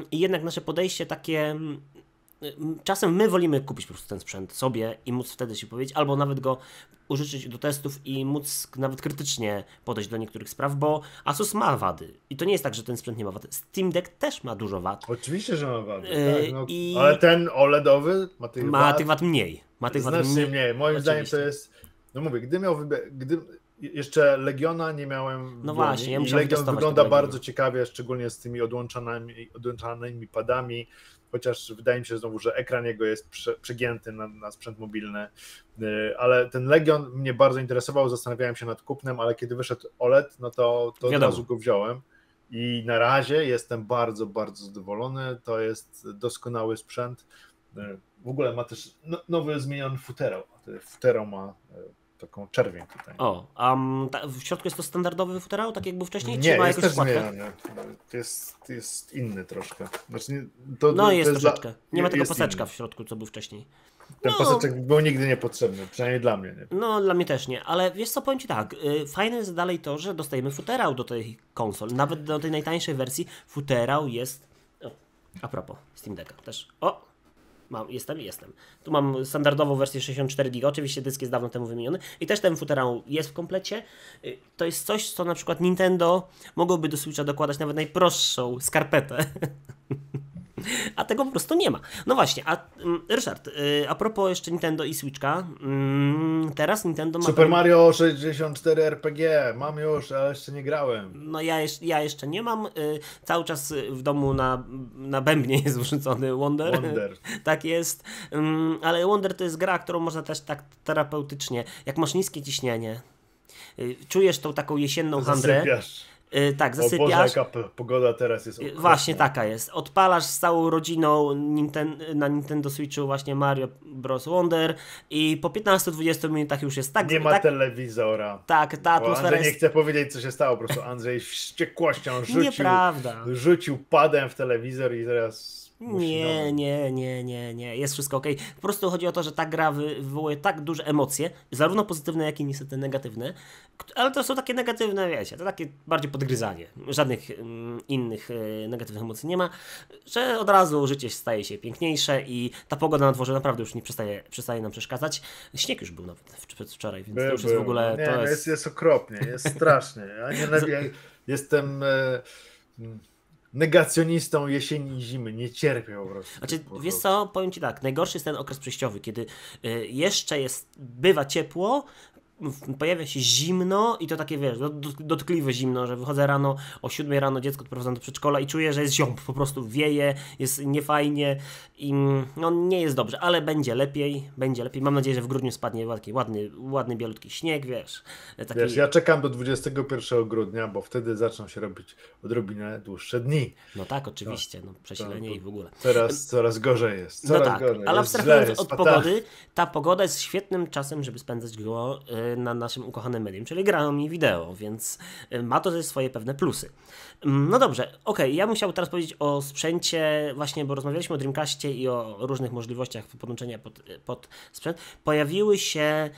i jednak nasze podejście takie... Czasem my wolimy kupić po prostu ten sprzęt sobie i móc wtedy się powiedzieć, albo nawet go użyczyć do testów i móc nawet krytycznie podejść do niektórych spraw, bo Asus ma wady. I to nie jest tak, że ten sprzęt nie ma wad. Steam Deck też ma dużo wad. Oczywiście, że ma wady. Yy, tak, no, i... Ale ten OLEDowy ma tych ma wad. tych wad mniej. Ma tych znacznie wad mniej. mniej. Moim Oczywiście. zdaniem to jest, no mówię, gdy miał wybe... gdy jeszcze Legiona nie miałem. No właśnie, ja i Legion wygląda bardzo ciekawie, szczególnie z tymi odłączanymi, odłączanymi padami. Chociaż wydaje mi się znowu, że ekran jego jest prze, przegięty na, na sprzęt mobilny, yy, ale ten Legion mnie bardzo interesował, zastanawiałem się nad kupnem, ale kiedy wyszedł O L E D, no to, to od razu go wziąłem i na razie jestem bardzo, bardzo zadowolony, to jest doskonały sprzęt. Yy, w ogóle ma też no, nowy zmieniony futerał, futerał ma yy, taką czerwień tutaj. O, a um, w środku jest to standardowy futerał, tak jak był wcześniej? Nie, czy ma jest jakąś też zmieniony. To jest, jest inny troszkę. Znaczy, to, no to jest, jest troszeczkę. Dla... Nie ma tego jest paseczka inny. w środku, co był wcześniej. Ten no, paseczek był nigdy niepotrzebny, przynajmniej dla mnie. Nie? No, dla mnie też nie, ale wiesz co, powiem Ci tak, yy, fajne jest dalej to, że dostajemy futerał do tej konsol, nawet do tej najtańszej wersji futerał jest, o, a propos Steam Decka też, o, mam, jestem, jestem, tu mam standardową wersję sześćdziesiąt cztery giga, oczywiście dysk jest dawno temu wymieniony i też ten futerał jest w komplecie, yy, to jest coś, co na przykład Nintendo mogłoby do Switcha dokładać nawet najprostszą skarpetę. A tego po prostu nie ma. No właśnie, a um, Ryszard, yy, a propos jeszcze Nintendo i Switchka, yy, teraz Nintendo ma... Super pewien... Mario sześćdziesiąt cztery R P G, mam już, ale jeszcze nie grałem. No ja, jeż, ja jeszcze nie mam, yy, cały czas w domu na, na bębnie jest wrzucony Wonder. Wonder. Tak jest, yy, ale Wonder to jest gra, którą można też tak terapeutycznie, jak masz niskie ciśnienie, yy, czujesz tą taką jesienną handrę. Zasypiasz. Yy, tak, zasypiasz. O Boże, jaka pogoda teraz jest okropna. Właśnie taka jest. Odpalasz z całą rodziną Ninten na Nintendo Switchu właśnie Mario Bros. Wonder i po piętnastu do dwudziestu minutach już jest tak... Nie ma tak, telewizora. Tak, ta atmosfera Andrzej jest... nie chce powiedzieć, co się stało. Po prostu Andrzej z wściekłością rzucił, Nieprawda. rzucił padem w telewizor i teraz... Nie, nie, nie, nie, nie. Jest wszystko okej. Okay. Po prostu chodzi o to, że ta gra wywołuje tak duże emocje, zarówno pozytywne, jak i niestety negatywne, ale to są takie negatywne, wiecie, to takie bardziej podgryzanie. Żadnych mm, innych y, negatywnych emocji nie ma, że od razu życie staje się piękniejsze i ta pogoda na dworze naprawdę już nie przestaje, przestaje nam przeszkadzać. Śnieg już był nawet wczoraj, więc był, to już jest był. w ogóle... Nie, to no jest... jest, jest okropnie, jest strasznie. Ja nie lepiej, jestem... E, negacjonistą jesieni i zimy, nie cierpię po prostu. Znaczy, po wiesz co, powiem Ci tak, najgorszy jest ten okres przejściowy, kiedy y, jeszcze jest, bywa ciepło, pojawia się zimno i to takie, wiesz, dotkliwe zimno, że wychodzę rano, o siódmej rano dziecko odprowadzam do przedszkola i czuję, że jest ziąb, po prostu wieje, jest niefajnie i no nie jest dobrze, ale będzie lepiej, będzie lepiej. Mam nadzieję, że w grudniu spadnie ładny, ładny, ładny bielutki śnieg, wiesz. Taki... Wiesz, ja czekam do dwudziestego pierwszego grudnia, bo wtedy zaczną się robić odrobinę dłuższe dni. No tak, oczywiście, no, przesilenie to, to i w ogóle. Coraz, coraz gorzej jest, coraz no tak, gorzej. Ale abstrahując od fatalnie. pogody, ta pogoda jest świetnym czasem, żeby spędzać go y, na naszym ukochanym medium, czyli grają i wideo, więc y, ma to też swoje pewne plusy. Mm, no dobrze, okej, okay, ja bym chciał teraz powiedzieć o sprzęcie, właśnie, bo rozmawialiśmy o Dreamcastie i o różnych możliwościach podłączenia pod, pod sprzęt. Pojawiły się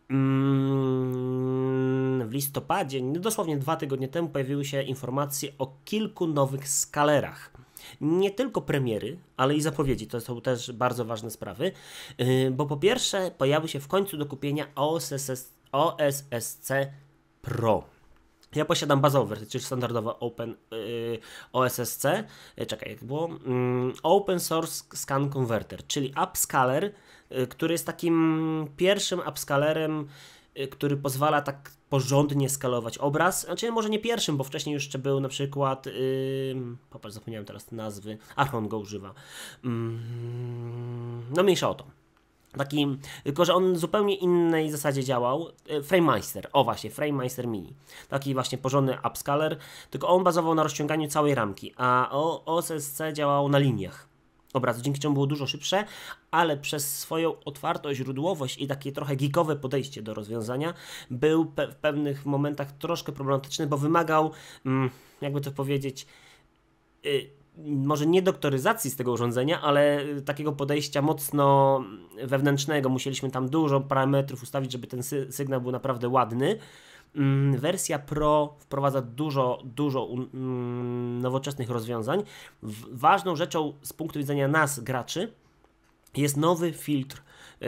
mm, w listopadzie, dosłownie dwa tygodnie temu, pojawiły się informacje o kilku nowych skalerach. Nie tylko premiery, ale i zapowiedzi, to są też bardzo ważne sprawy, yy, bo po pierwsze pojawił się w końcu do kupienia O S S C Pro. Ja posiadam bazową wersję, czyli standardowa Open yy, O S S C, yy, czekaj jak było, yy, Open Source Scan Converter, czyli upscaler, yy, który jest takim pierwszym upscalerem, yy, który pozwala tak porządnie skalować obraz, znaczy może nie pierwszym, bo wcześniej jeszcze był na przykład, yy, popatrz, zapomniałem teraz nazwy, Archon go używa, yy, no mniejsza o to. Taki, tylko że on zupełnie innej zasadzie działał. FrameMeister, o właśnie, FrameMeister Mini. Taki właśnie porządny upscaler, tylko on bazował na rozciąganiu całej ramki, a O S S C działał na liniach obrazu, dzięki czemu było dużo szybsze, ale przez swoją otwartość, źródłowość i takie trochę geekowe podejście do rozwiązania był pe- w pewnych momentach troszkę problematyczny, bo wymagał, mm, jakby to powiedzieć, y- może nie doktoryzacji z tego urządzenia, ale takiego podejścia mocno wewnętrznego. Musieliśmy tam dużo parametrów ustawić, żeby ten sy- sygnał był naprawdę ładny. Wersja Pro wprowadza dużo, dużo nowoczesnych rozwiązań. Ważną rzeczą z punktu widzenia nas, graczy, jest nowy filtr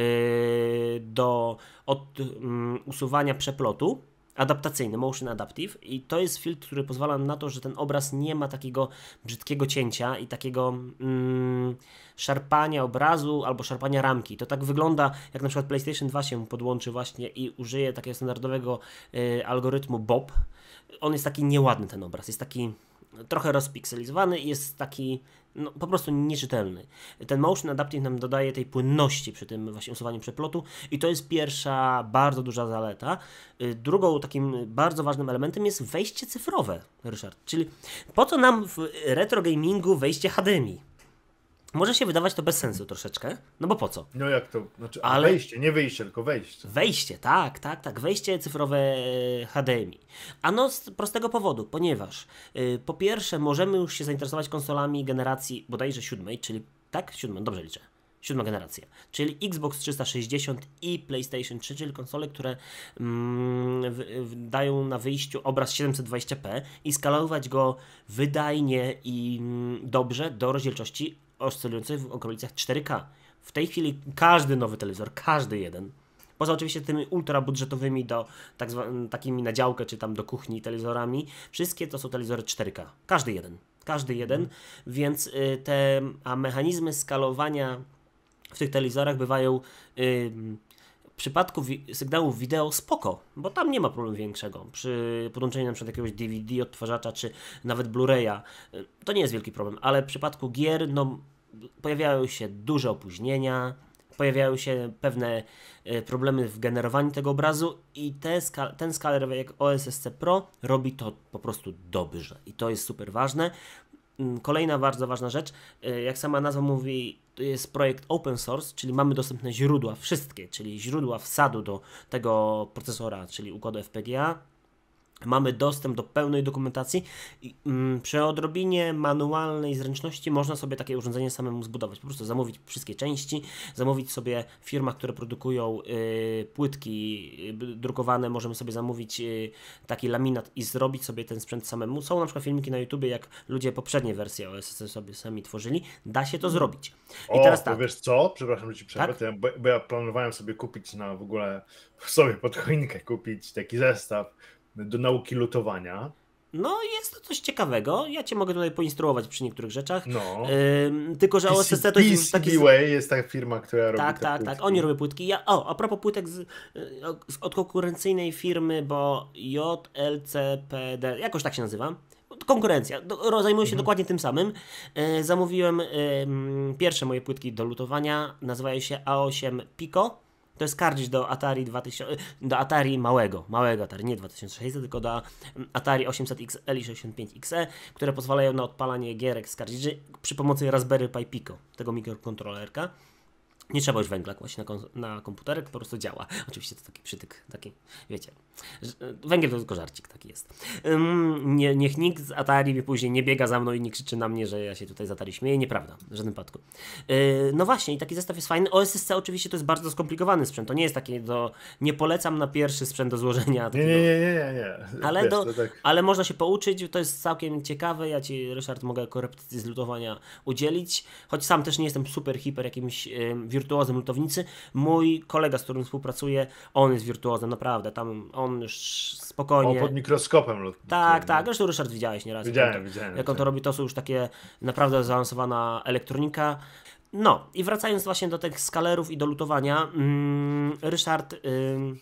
do od, um, usuwania przeplotu, adaptacyjny, Motion Adaptive, i to jest filtr, który pozwala na to, że ten obraz nie ma takiego brzydkiego cięcia i takiego mm, szarpania obrazu albo szarpania ramki. To tak wygląda, jak na przykład PlayStation dwa się podłączy właśnie i użyje takiego standardowego y, algorytmu Bob. On jest taki nieładny, ten obraz, jest taki trochę rozpikselizowany i jest taki no, po prostu nieczytelny. Ten Motion Adaptive nam dodaje tej płynności przy tym właśnie usuwaniu przeplotu i to jest pierwsza bardzo duża zaleta. Drugą takim bardzo ważnym elementem jest wejście cyfrowe, Ryszard. Czyli po co nam w retro gamingu wejście H D M I? Może się wydawać to bez sensu troszeczkę, no bo po co? No jak to? Znaczy, ale wejście, nie wyjście, tylko wejście. Wejście, tak, tak, tak, wejście cyfrowe H D M I. Ano z prostego powodu, ponieważ yy, po pierwsze możemy już się zainteresować konsolami generacji bodajże siódmej, czyli tak, siódma, dobrze liczę, siódma generacja, czyli Xbox trzysta sześćdziesiąt i PlayStation trzy, czyli konsole, które mm, w, w, dają na wyjściu obraz siedemset dwadzieścia p i skalować go wydajnie i mm, dobrze do rozdzielczości oscylujących w okolicach cztery K. W tej chwili każdy nowy telewizor, każdy jeden, poza oczywiście tymi ultrabudżetowymi do tak zwa- takimi na działkę czy tam do kuchni telewizorami, wszystkie to są telewizory cztery K. Każdy jeden. Każdy jeden, mm. więc y, te a mechanizmy skalowania w tych telewizorach bywają y, w przypadku wi- sygnałów wideo spoko, bo tam nie ma problemu większego. Przy podłączeniu na przykład jakiegoś D V D odtwarzacza czy nawet Blu-raya y, to nie jest wielki problem, ale w przypadku gier no, pojawiają się duże opóźnienia, pojawiają się pewne y, problemy w generowaniu tego obrazu i te ska- ten skaler jak O S S C Pro robi to po prostu dobrze i to jest super ważne. Kolejna bardzo ważna rzecz, jak sama nazwa mówi, to jest projekt open source, czyli mamy dostępne źródła, wszystkie, czyli źródła wsadu do tego procesora, czyli układu F P G A. Mamy dostęp do pełnej dokumentacji i mm, przy odrobinie manualnej zręczności można sobie takie urządzenie samemu zbudować. Po prostu zamówić wszystkie części, zamówić sobie w firmach, które produkują y, płytki y, drukowane, możemy sobie zamówić y, taki laminat i zrobić sobie ten sprzęt samemu. Są na przykład filmiki na YouTubie, jak ludzie poprzednie wersje O S S sobie sami tworzyli. Da się to zrobić. I o, teraz tak. Wiesz co? Przepraszam, że ci przerwę, tak? ja, bo, bo ja planowałem sobie kupić na w ogóle sobie pod choinkę kupić taki zestaw do nauki lutowania. No jest to coś ciekawego. Ja cię mogę tutaj poinstruować przy niektórych rzeczach. No. Yy, tylko, że O S S C to jest taki... P C B Way jest taka firma, która robi Tak, tak, płytki. tak. Oni robią płytki. Ja, o, a propos płytek z, z, od konkurencyjnej firmy, bo J L C P D, jakoś tak się nazywa. Konkurencja. Do, zajmuję się mhm. dokładnie tym samym. Yy, zamówiłem yy, pierwsze moje płytki do lutowania. Nazywają się A osiem Pico. To jest kartridż do Atari dwa tysiące, do Atari małego, małego Atari, nie dwa tysiące sześćset, tylko do Atari osiemset X L i sześćdziesiąt pięć X E, które pozwalają na odpalanie gierek z kartridży przy pomocy Raspberry Pi Pico, tego mikrokontrolerka. Nie trzeba już węgla kłaść na, na komputerek, po prostu działa. Oczywiście to taki przytyk, taki, wiecie, węgiel to tylko żarcik, taki jest. Um, nie, niech nikt z Atari mnie później nie biega za mną i nie krzyczy na mnie, że ja się tutaj z Atari śmieję. Nieprawda, w żadnym wypadku. Yy, no właśnie, i taki zestaw jest fajny. O S S C oczywiście to jest bardzo skomplikowany sprzęt. To nie jest takie do... Nie polecam na pierwszy sprzęt do złożenia. Takiego, nie, nie, nie, nie, nie. Ale, Wiesz, do, tak... ale można się pouczyć, to jest całkiem ciekawe. Ja ci, Ryszard, mogę korepetycji z lutowania udzielić, choć sam też nie jestem super, hiper jakimś yy, wirtuozem lutownicy. Mój kolega, z którym współpracuję, on jest wirtuozem, naprawdę. Tam on już spokojnie... O, pod mikroskopem lutownicy. Tak, tak. Zresztą Ryszard widziałeś nieraz. Widziałem, jak on to, widziałem. Jak on to robi, to są już takie naprawdę zaawansowana elektronika. No i wracając właśnie do tych skalerów i do lutowania, mm, Ryszard... Yy,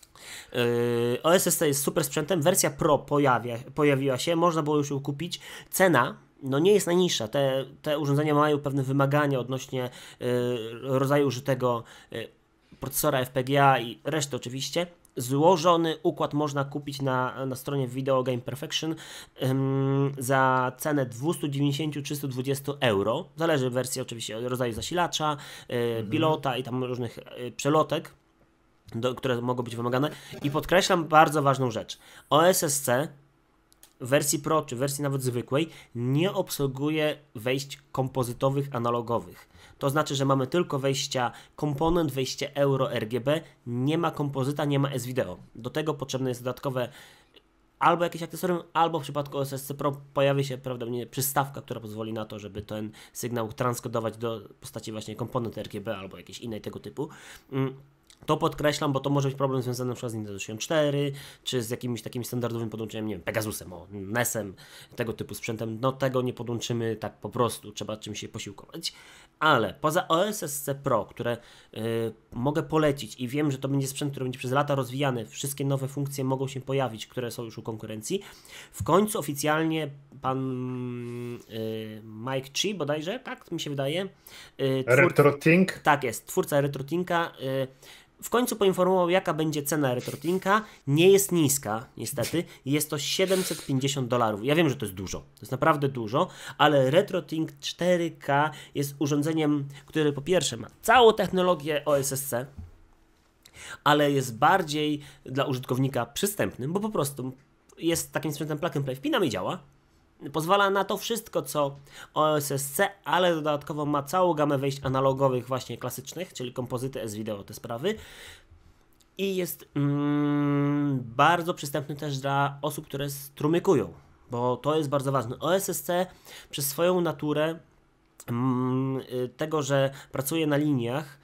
Yy, O S S C jest super sprzętem, wersja Pro pojawia, pojawiła się, można było już ją kupić. Cena no nie jest najniższa, te, te urządzenia mają pewne wymagania odnośnie yy, rodzaju użytego yy, procesora F P G A i reszty oczywiście. Złożony układ można kupić na, na stronie Video Game Perfection ym, za cenę dwieście dziewięćdziesiąt do trzystu dwudziestu euro. Zależy wersji oczywiście od rodzaju zasilacza, yy, mhm. pilota i tam różnych yy, przelotek, do, które mogą być wymagane. I podkreślam bardzo ważną rzecz. O S S C w wersji Pro czy wersji nawet zwykłej nie obsługuje wejść kompozytowych, analogowych. To znaczy, że mamy tylko wejścia komponent, wejście euro, R G B, nie ma kompozyta, nie ma S-Video. Do tego potrzebne jest dodatkowe albo jakieś akcesorium, albo w przypadku O S S C Pro pojawi się prawdopodobnie przystawka, która pozwoli na to, żeby ten sygnał transkodować do postaci właśnie komponent R G B albo jakiejś innej tego typu. To podkreślam, bo to może być problem związany na przykład z Nintendo sześćdziesiąt cztery, czy z jakimś takim standardowym podłączeniem, nie wiem, Pegasusem, o, nesem, tego typu sprzętem. No tego nie podłączymy tak po prostu, trzeba czymś się posiłkować. Ale poza O S S C Pro, które yy, mogę polecić i wiem, że to będzie sprzęt, który będzie przez lata rozwijany, wszystkie nowe funkcje mogą się pojawić, które są już u konkurencji. W końcu oficjalnie pan yy, Mike Chi bodajże, tak mi się wydaje. Yy, twór... RetroTink? Tak jest, twórca RetroTinka. Yy, W końcu poinformował, jaka będzie cena RetroTinka. Nie jest niska, niestety. Jest to siedemset pięćdziesiąt dolarów. Ja wiem, że to jest dużo. To jest naprawdę dużo, ale RetroTink cztery K jest urządzeniem, które po pierwsze ma całą technologię O S S C, ale jest bardziej dla użytkownika przystępnym, bo po prostu jest takim sprzętem plug and play. Wpinamy i działa. Pozwala na to wszystko, co O S S C, ale dodatkowo ma całą gamę wejść analogowych, właśnie klasycznych, czyli kompozyty, S-Video, te sprawy. I jest mm, bardzo przystępny też dla osób, które strumykują, bo to jest bardzo ważne. O S S C przez swoją naturę mm, tego, że pracuje na liniach,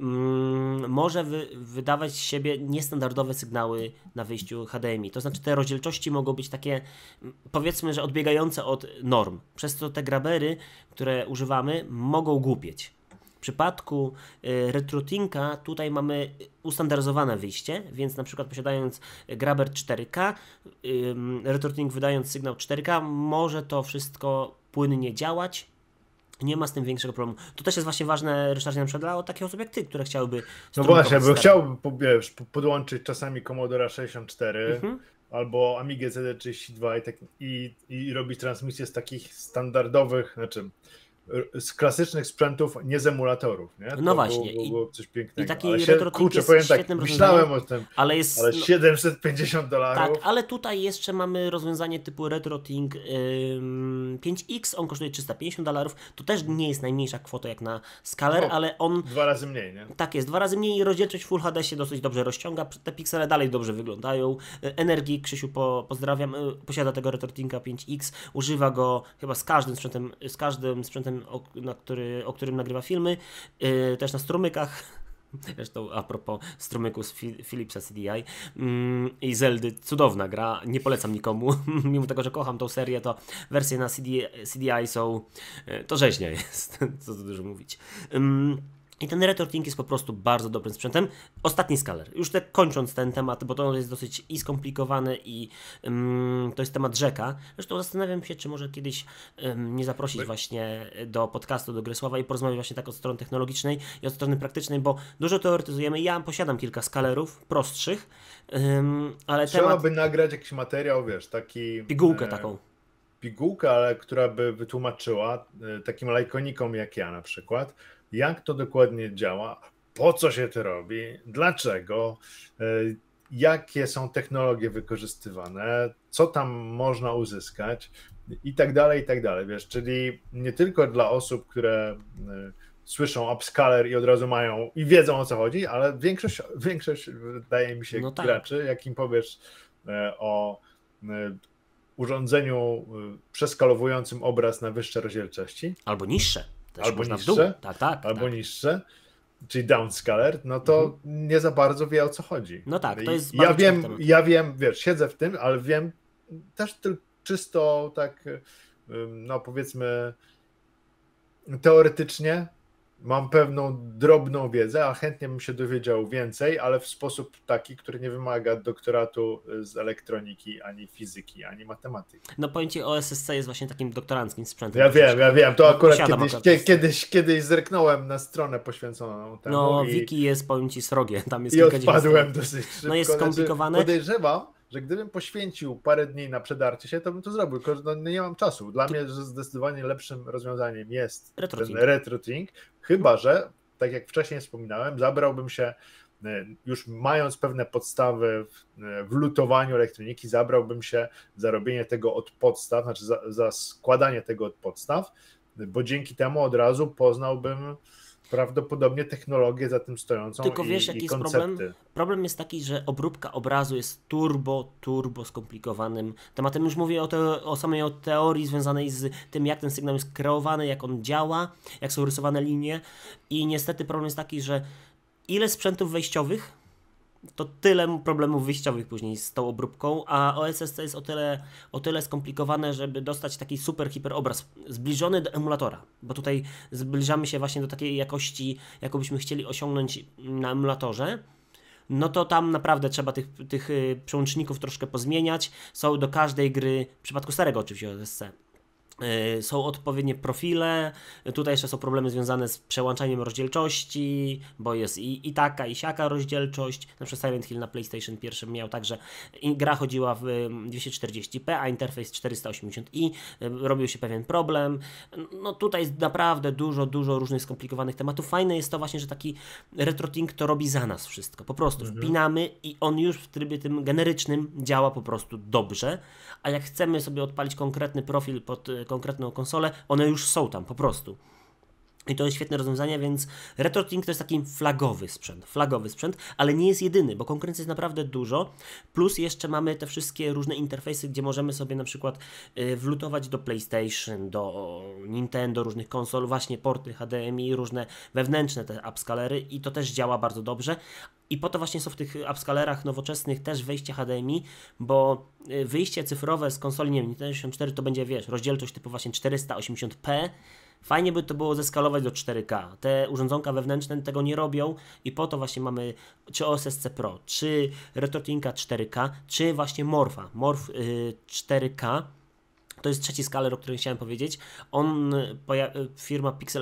może wy, wydawać z siebie niestandardowe sygnały na wyjściu H D M I. To znaczy te rozdzielczości mogą być takie, powiedzmy, że odbiegające od norm. Przez to te grabery, które używamy, mogą głupieć. W przypadku y, RetroTinka tutaj mamy ustandaryzowane wyjście, więc na przykład posiadając graber cztery K, y, RetroTink wydając sygnał cztery K, może to wszystko płynnie działać. Nie ma z tym większego problemu. To też jest właśnie ważne, Ryszardzie, na przykład dla takich osób jak ty, które chciałyby... No właśnie, bo chciałbym wiesz, podłączyć czasami Commodore sześćdziesiąt cztery mhm. albo Amigę C D trzydzieści dwa i, tak, i, i robić transmisję z takich standardowych, znaczy z klasycznych sprzętów, nie z emulatorów, nie? To no właśnie. Było, było coś pięknego. I taki RetroTink jest powiem tak, myślałem o tym, ale jest ale siedemset pięćdziesiąt dolarów. Tak, ale tutaj jeszcze mamy rozwiązanie typu RetroTink ym, pięć X, on kosztuje trzysta pięćdziesiąt dolarów, to też nie jest najmniejsza kwota jak na Scaler, no, ale on... Dwa razy mniej, nie? Tak jest, dwa razy mniej i rozdzielczość Full H D się dosyć dobrze rozciąga, te piksele dalej dobrze wyglądają. Energii, Krzysiu, po, pozdrawiam, posiada tego RetroTinka pięć X, używa go chyba z każdym sprzętem, z każdym sprzętem O, na który, o którym nagrywa filmy, yy, też na strumykach. Zresztą a propos strumyku z Philipsa C D I yy, i Zeldy, cudowna gra, nie polecam nikomu, mimo tego, że kocham tą serię, to wersje na C D I, C D I są, yy, to rzeźnia jest, co tu dużo mówić. Yy. I ten RetroTink jest po prostu bardzo dobrym sprzętem. Ostatni Scaler. Już tak kończąc ten temat, bo to jest dosyć i skomplikowany i um, to jest temat rzeka. Zresztą zastanawiam się, czy może kiedyś um, nie zaprosić właśnie do podcastu, do Grysława i porozmawiać właśnie tak od strony technologicznej i od strony praktycznej, bo dużo teoretyzujemy. Ja posiadam kilka Scalerów prostszych, um, ale Trzeba temat... by nagrać jakiś materiał, wiesz, taki... Pigułkę e... taką. Pigułkę, ale która by wytłumaczyła e, takim lajkonikom jak ja na przykład, jak to dokładnie działa, po co się to robi, dlaczego, jakie są technologie wykorzystywane, co tam można uzyskać i tak dalej, i tak dalej, wiesz, czyli nie tylko dla osób, które słyszą upscaler i od razu mają i wiedzą, o co chodzi, ale większość, większość wydaje mi się, no tak, graczy, jak im powiesz o urządzeniu przeskalowującym obraz na wyższe rozdzielczości. Albo niższe. Też albo niższe, tak, tak, albo tak. niższe, czyli downscaler, no to mhm. nie za bardzo wie, o co chodzi. No tak, to jest ja wiem, ja wiem, wiesz, siedzę w tym, ale wiem też tylko czysto tak, no powiedzmy teoretycznie mam pewną drobną wiedzę, a chętnie bym się dowiedział więcej, ale w sposób taki, który nie wymaga doktoratu z elektroniki, ani fizyki, ani matematyki. No powiem ci, O S S C jest właśnie takim doktoranckim sprzętem. Ja wiem, ja wiem, to akurat kiedyś, akurat kiedyś, kiedyś zerknąłem na stronę poświęconą temu. No i, wiki jest, powiem ci, srogie. Tam jest i odpadłem dosyć szybko. No jest skomplikowane. Znaczy, podejrzewam, że gdybym poświęcił parę dni na przedarcie się, to bym to zrobił, tylko no, nie mam czasu. Dla to... mnie że zdecydowanie lepszym rozwiązaniem jest RetroTink. ten RetroTink, chyba że, tak jak wcześniej wspominałem, zabrałbym się już mając pewne podstawy w, w lutowaniu elektroniki, zabrałbym się za robienie tego od podstaw, znaczy za, za składanie tego od podstaw, bo dzięki temu od razu poznałbym prawdopodobnie technologię za tym stojącą. Tylko i, wiesz, jaki i jest koncepty. problem? Problem jest taki, że obróbka obrazu jest turbo, turbo skomplikowanym tematem. Już mówię o, te, o samej o teorii związanej z tym, jak ten sygnał jest kreowany, jak on działa, jak są rysowane linie i niestety problem jest taki, że ile sprzętów wejściowych, to tyle problemów wyjściowych później z tą obróbką, a O S S C jest o tyle, o tyle skomplikowane, żeby dostać taki super, hiper obraz zbliżony do emulatora, bo tutaj zbliżamy się właśnie do takiej jakości, jaką byśmy chcieli osiągnąć na emulatorze, no to tam naprawdę trzeba tych, tych przełączników troszkę pozmieniać. Są do każdej gry, w przypadku starego oczywiście O S S C, są odpowiednie profile, tutaj jeszcze są problemy związane z przełączaniem rozdzielczości, bo jest i, i taka, i siaka rozdzielczość. Na przykład Silent Hill na PlayStation pierwszym miał tak, że gra chodziła w dwieście czterdzieści p, a interfejs czterysta osiemdziesiąt i, robił się pewien problem. No tutaj jest naprawdę dużo, dużo różnych skomplikowanych tematów. Fajne jest to właśnie, że taki RetroTink to robi za nas wszystko. Po prostu mhm. wpinamy i on już w trybie tym generycznym działa po prostu dobrze, a jak chcemy sobie odpalić konkretny profil pod konkretną konsolę, one już są tam po prostu. I to jest świetne rozwiązanie, więc RetroTink to jest taki flagowy sprzęt, flagowy sprzęt, ale nie jest jedyny, bo konkurencji jest naprawdę dużo, plus jeszcze mamy te wszystkie różne interfejsy, gdzie możemy sobie na przykład y, wlutować do PlayStation, do Nintendo, różnych konsol, właśnie porty H D M I, różne wewnętrzne te upscalery i to też działa bardzo dobrze. I po to właśnie są w tych upscalerach nowoczesnych też wejście H D M I, bo wyjście cyfrowe z konsoli, nie wiem, Nintendo sześćdziesiąt cztery to będzie, wiesz, rozdzielczość typu właśnie czterysta osiemdziesiąt p. Fajnie by to było zeskalować do cztery K. Te urządzonka wewnętrzne tego nie robią i po to właśnie mamy czy O S S C Pro, czy RetroTinka cztery K, czy właśnie Morpha, Morph yy, cztery K. To jest trzeci skaler, o którym chciałem powiedzieć. On, firma Pixel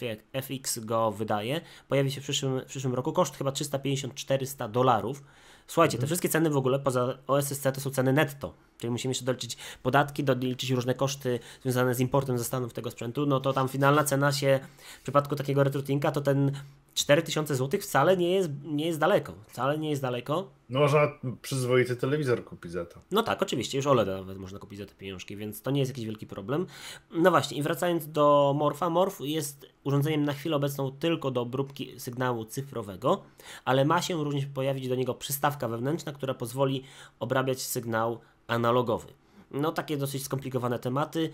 F X go wydaje. Pojawi się w przyszłym, w przyszłym roku. Koszt chyba trzysta pięćdziesiąt do czterystu dolarów. Słuchajcie, mhm. te wszystkie ceny w ogóle poza O S S C to są ceny netto. Czyli musimy jeszcze doliczyć podatki, doliczyć różne koszty związane z importem ze Stanów tego sprzętu. No to tam finalna cena się w przypadku takiego RetroTinka to ten cztery tysiące złotych wcale nie jest, nie jest daleko. Wcale nie jest daleko. No można przyzwoity telewizor kupić za to. No tak, oczywiście, już O L E D nawet można kupić za te pieniążki, więc to nie jest jakiś wielki problem. No właśnie, i wracając do Morpha, Morph jest urządzeniem na chwilę obecną tylko do obróbki sygnału cyfrowego, ale ma się również pojawić do niego przystawka wewnętrzna, która pozwoli obrabiać sygnał analogowy. No takie dosyć skomplikowane tematy,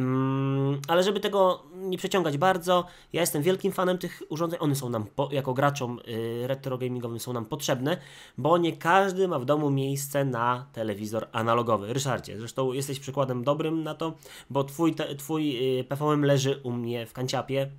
mm, ale żeby tego nie przeciągać bardzo, ja jestem wielkim fanem tych urządzeń, one są nam, po, jako graczom y, retro gamingowym są nam potrzebne, bo nie każdy ma w domu miejsce na telewizor analogowy. Ryszardzie, zresztą jesteś przykładem dobrym na to, bo twój, te, twój y, P V M leży u mnie w kanciapie.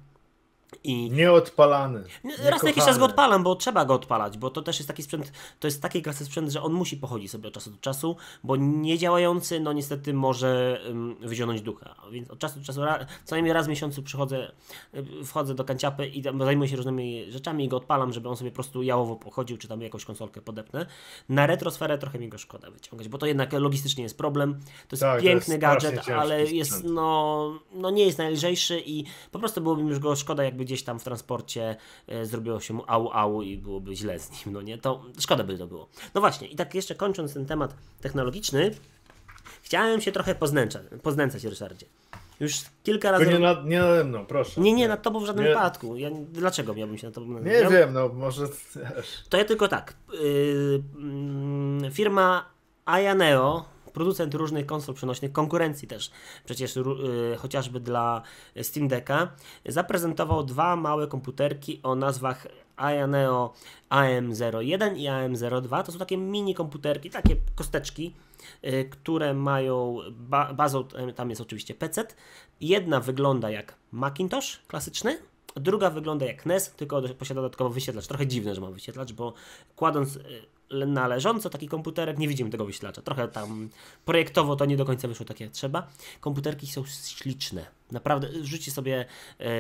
I nieodpalany. Raz na jakiś czas go odpalam, bo trzeba go odpalać, bo to też jest taki sprzęt, to jest takiej klasy sprzęt, że on musi pochodzić sobie od czasu do czasu, bo niedziałający, no niestety może um, wyzionąć ducha. Więc od czasu do czasu, ra, co najmniej raz w miesiącu przychodzę, wchodzę do kanciapy i zajmuję się różnymi rzeczami i go odpalam, żeby on sobie po prostu jałowo pochodził, czy tam jakąś konsolkę podepnę. Na retrosferę trochę mi go szkoda wyciągać, bo to jednak logistycznie jest problem. To jest tak, piękny to jest gadżet, ale jest, no, no nie jest najlżejszy i po prostu byłoby mi już go szkoda, jakby gdzieś tam w transporcie e, zrobiło się mu au au i byłoby źle z nim, no nie? To szkoda by to było. No właśnie, i tak jeszcze kończąc ten temat technologiczny, chciałem się trochę poznęcać, poznęcać, Ryszardzie. Już kilka razy... To nie, nad, nie nade mną, proszę. Nie, nie, nad tobą w żadnym nie. wypadku. Ja, dlaczego miałbym się nad tobą... Nie ja... wiem, no może... To ja tylko tak. Yy, yy, firma Ayaneo, producent różnych konsol przenośnych, konkurencji też, przecież yy, chociażby dla Steam Decka, zaprezentował dwa małe komputerki o nazwach Ayaneo A M zero jeden i A M zero dwa. To są takie mini komputerki, takie kosteczki, yy, które mają, ba bazą tam jest oczywiście P C. Jedna wygląda jak Macintosh klasyczny, druga wygląda jak N E S, tylko posiada dodatkowo wyświetlacz. Trochę dziwne, że ma wyświetlacz, bo kładąc na leżąco taki komputerek nie widzimy tego wyświetlacza. Trochę tam projektowo to nie do końca wyszło tak jak trzeba. Komputerki są śliczne. Naprawdę, wrzućcie sobie yy,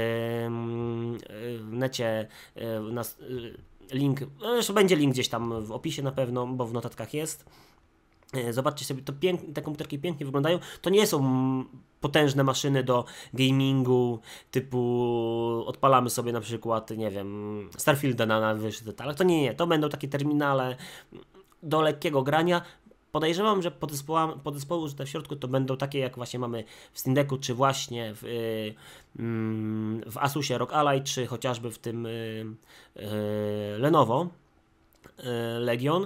w necie yy, na, yy, link, zresztą będzie link gdzieś tam w opisie na pewno, bo w notatkach jest. Zobaczcie sobie, to pięk, te komputerki pięknie wyglądają. To nie są potężne maszyny do gamingu, typu odpalamy sobie na przykład, nie wiem, Starfielda na najwyższych detalach. To nie, nie, to będą takie terminale do lekkiego grania. Podejrzewam, że podespoły, podespoły użyte w środku to będą takie, jak właśnie mamy w Steam Decku, czy właśnie w, yy, w Asusie R O G Ally, czy chociażby w tym yy, yy, Lenovo yy, Legion.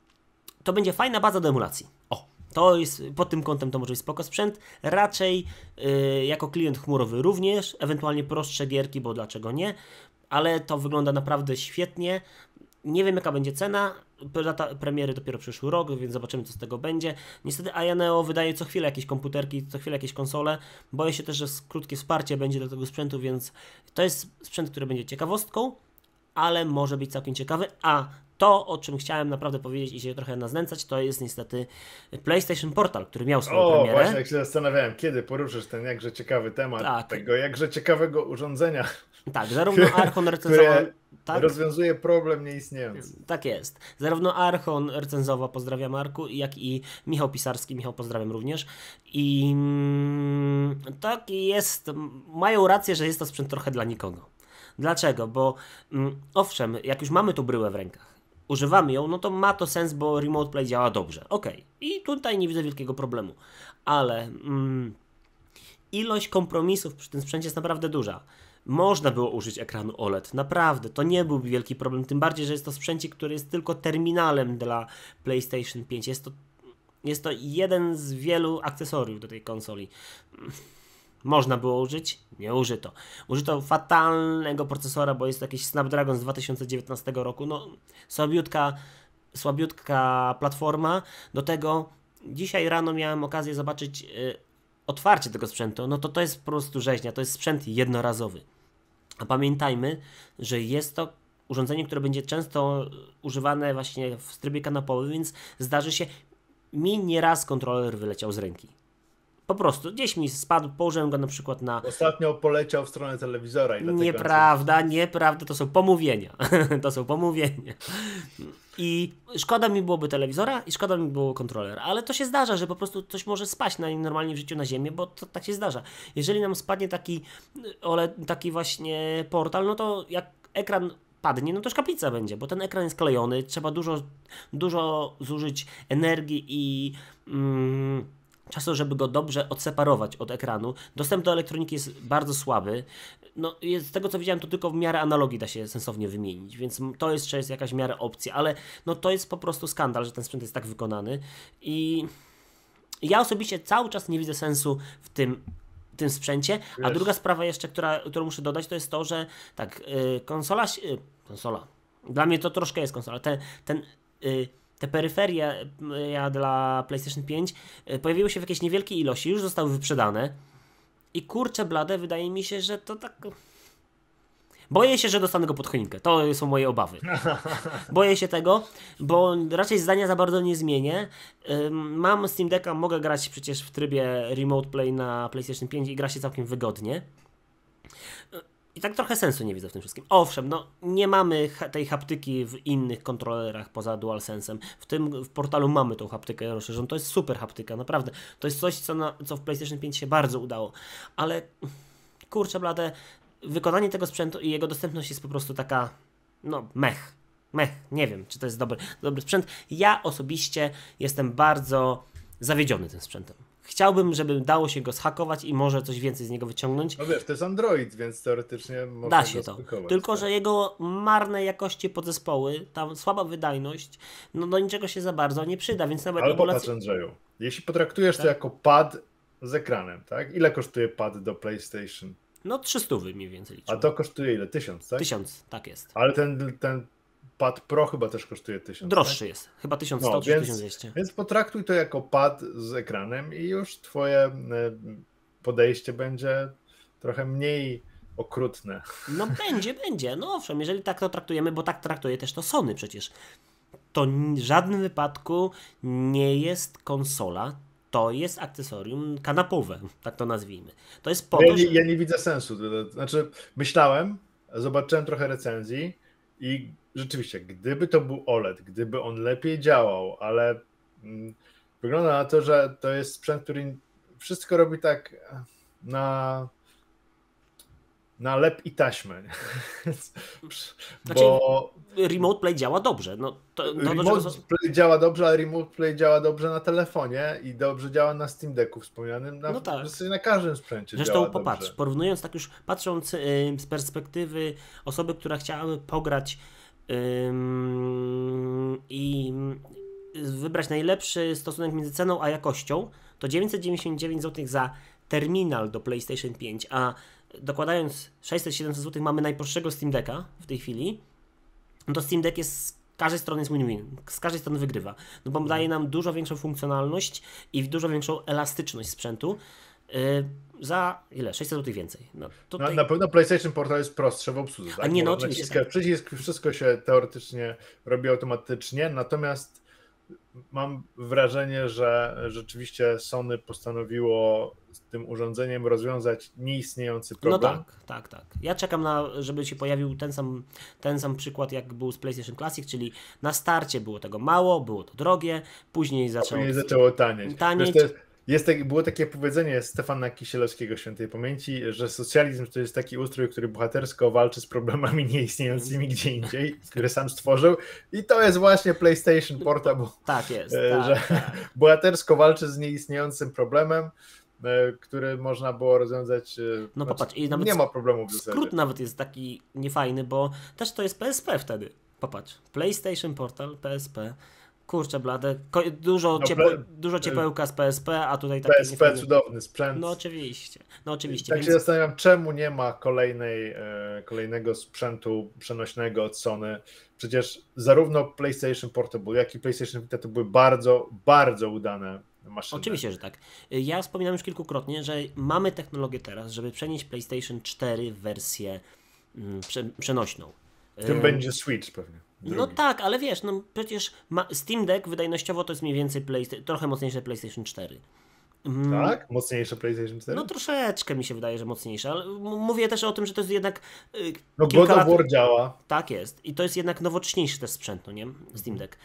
To będzie fajna baza do emulacji. O, to jest, pod tym kątem to może być spoko sprzęt. Raczej yy, jako klient chmurowy również, ewentualnie prostsze gierki, bo dlaczego nie, ale to wygląda naprawdę świetnie. Nie wiem jaka będzie cena, data premiery dopiero przyszły rok, więc zobaczymy co z tego będzie. Niestety Ayaneo wydaje co chwilę jakieś komputerki, co chwilę jakieś konsole. Boję się też, że krótkie wsparcie będzie dla tego sprzętu, więc to jest sprzęt, który będzie ciekawostką, ale może być całkiem ciekawy, a to, o czym chciałem naprawdę powiedzieć i się trochę naznęcać, to jest niestety PlayStation Portal, który miał swoją o, premierę. O, właśnie jak się zastanawiałem, kiedy poruszysz ten jakże ciekawy temat tak. tego jakże ciekawego urządzenia. Tak, zarówno Archon recenzował... Tak? rozwiązuje problem nieistniejący. Tak jest. Zarówno Archon recenzował, pozdrawiam Marku, jak i Michał Pisarski, Michał pozdrawiam również. I mm, tak jest, mają rację, że jest to sprzęt trochę dla nikogo. Dlaczego? Bo mm, owszem, jak już mamy tą bryłę w rękach, używamy ją, no to ma to sens, bo Remote Play działa dobrze. Okej. Okay. I tutaj nie widzę wielkiego problemu. Ale mm, ilość kompromisów przy tym sprzęcie jest naprawdę duża. Można było użyć ekranu O L E D. Naprawdę, to nie byłby wielki problem. Tym bardziej, że jest to sprzęcik, który jest tylko terminalem dla PlayStation pięć. Jest to, jest to jeden z wielu akcesoriów do tej konsoli. Można było użyć, nie użyto. Użyto fatalnego procesora, bo jest to jakiś Snapdragon z dwa tysiące dziewiętnastego roku. No, słabiutka, słabiutka platforma. Do tego dzisiaj rano miałem okazję zobaczyć yy, otwarcie tego sprzętu. No to to jest po prostu rzeźnia, to jest sprzęt jednorazowy. A pamiętajmy, że jest to urządzenie, które będzie często używane właśnie w trybie kanapowym, więc zdarzy się, mi nieraz kontroler wyleciał z ręki. Po prostu, gdzieś mi spadł, położyłem go na przykład na... Ostatnio poleciał w stronę telewizora. I nieprawda, nieprawda, to są pomówienia. to są pomówienia. I szkoda mi byłoby telewizora i szkoda mi było kontrolera, ale to się zdarza, że po prostu coś może spaść na, normalnie w życiu na ziemię, bo to tak się zdarza. Jeżeli nam spadnie taki, ole, taki właśnie portal, no to jak ekran padnie, no to szkaplica będzie, bo ten ekran jest klejony, trzeba dużo, dużo zużyć energii i... Mm, czasu, żeby go dobrze odseparować od ekranu. Dostęp do elektroniki jest bardzo słaby. No, z tego co widziałem, to tylko w miarę analogii da się sensownie wymienić, więc to jeszcze jest jakaś w miarę opcja, ale no to jest po prostu skandal, że ten sprzęt jest tak wykonany i ja osobiście cały czas nie widzę sensu w tym, tym sprzęcie, a Wiesz. druga sprawa jeszcze, która, którą muszę dodać, to jest to, że tak, yy, konsola, yy, konsola, dla mnie to troszkę jest konsola, ten, ten yy, te peryferia ja, dla PlayStation pięć pojawiły się w jakiejś niewielkiej ilości, już zostały wyprzedane i kurczę blade, wydaje mi się, że to tak... Boję się, że dostanę go pod choinkę. To są moje obawy. Boję się tego, bo raczej zdania za bardzo nie zmienię. Mam Steam Decka, mogę grać przecież w trybie Remote Play na PlayStation pięć i gra się całkiem wygodnie. I tak trochę sensu nie widzę w tym wszystkim. Owszem, no nie mamy tej haptyki w innych kontrolerach poza DualSense'em. W tym w portalu mamy tą haptykę rozszerzoną. To jest super haptyka, naprawdę. To jest coś, co, na, co w PlayStation pięć się bardzo udało. Ale kurczę blade, wykonanie tego sprzętu i jego dostępność jest po prostu taka, no mech. Mech, nie wiem, czy to jest dobry, dobry sprzęt. Ja osobiście jestem bardzo zawiedziony tym sprzętem. Chciałbym, żeby dało się go zhakować i może coś więcej z niego wyciągnąć. No wiesz, to jest Android, więc teoretycznie można da się to. Spikować, Tylko, tak. że jego marne jakości podzespoły, tam słaba wydajność, no do niczego się za bardzo nie przyda, więc nawet... Ale emulacja... popatrz Andrzeju, jeśli potraktujesz tak? to jako pad z ekranem, tak? Ile kosztuje pad do PlayStation? No trzysta mniej więcej liczę. A to kosztuje ile? Tysiąc, tak? Tysiąc, tak jest. Ale ten, ten pad Pro chyba też kosztuje tysiąc. Droższy tak? jest, chyba tysiąc sto no, czy więc, tysiąc dwieście. Więc potraktuj to jako pad z ekranem i już twoje podejście będzie trochę mniej okrutne. No będzie, będzie. No owszem, jeżeli tak to traktujemy, bo tak traktuje też to Sony przecież. To w żadnym wypadku nie jest konsola, to jest akcesorium kanapowe, tak to nazwijmy. To jest po ja, to, nie, że... ja nie widzę sensu. Znaczy, myślałem, zobaczyłem trochę recenzji i rzeczywiście, gdyby to był O L E D, gdyby on lepiej działał, ale wygląda na to, że to jest sprzęt, który wszystko robi tak na, na lep i taśmę. Znaczy, bo Remote Play działa dobrze. No, to, to Remote do Play działa dobrze, ale Remote Play działa dobrze na telefonie i dobrze działa na Steam Decku wspomnianym. Na, no tak. na każdym sprzęcie Zresztą działa popatrz, dobrze. Porównując tak już, patrząc yy, z perspektywy osoby, która chciałaby pograć yy, i wybrać najlepszy stosunek między ceną a jakością, to dziewięćset dziewięćdziesiąt dziewięć złotych za terminal do PlayStation pięć, a dokładając sześćset siedemset złotych mamy najprostszego Steam Decka w tej chwili, no to Steam Deck jest z każdej strony jest win-win, z każdej strony wygrywa, no bo daje nam dużo większą funkcjonalność i dużo większą elastyczność sprzętu yy, za ile? sześćset złotych więcej. No, tutaj... na, na pewno PlayStation Portal jest prostsze w obsłudze. Tak? A nie, no oczywiście. Naciska, tak. Przycisk, wszystko się teoretycznie robi automatycznie, natomiast mam wrażenie, że rzeczywiście Sony postanowiło z tym urządzeniem rozwiązać nieistniejący problem. No tak, tak, tak. Ja czekam na, żeby się pojawił ten sam, ten sam przykład, jak był z PlayStation Classic, czyli na starcie było tego mało, było to drogie, później zaczęło, później zaczęło tanieć. tanieć. Wiesz, Jest tak, było takie powiedzenie Stefana Kisielewskiego świętej pamięci, że socjalizm to jest taki ustrój, który bohatersko walczy z problemami nieistniejącymi gdzie indziej, który sam stworzył, i to jest właśnie PlayStation Portable. Tak jest. Że tak, tak. bohatersko walczy z nieistniejącym problemem, który można było rozwiązać. No znaczy, popatrz, i nawet nie ma problemu w zasadzie. Skrót nawet jest taki niefajny, bo też to jest P S P wtedy. Popatrz, PlayStation Portal, P S P. Kurczę blade, dużo, no, ciepeł, dużo ciepełka z P S P, a tutaj taki P S P niefajny... cudowny sprzęt. No oczywiście, no oczywiście. Tak więc... się zastanawiam, czemu nie ma kolejnej, kolejnego sprzętu przenośnego od Sony. Przecież zarówno PlayStation Portable, jak i PlayStation Vita to były bardzo, bardzo udane maszyny. Oczywiście, że tak. Ja wspominałem już kilkukrotnie, że mamy technologię teraz, żeby przenieść PlayStation cztery w wersję prze, przenośną. W tym będzie Switch pewnie. Drugi. No tak, ale wiesz, no przecież ma, Steam Deck wydajnościowo to jest mniej więcej play, trochę mocniejsze PlayStation cztery. Tak? Mocniejsze PlayStation cztery? No troszeczkę mi się wydaje, że mocniejsze, ale mówię też o tym, że to jest jednak yy, no God of War działa. Tak jest. I to jest jednak nowocześniejszy też sprzęt, no nie? Steam Deck.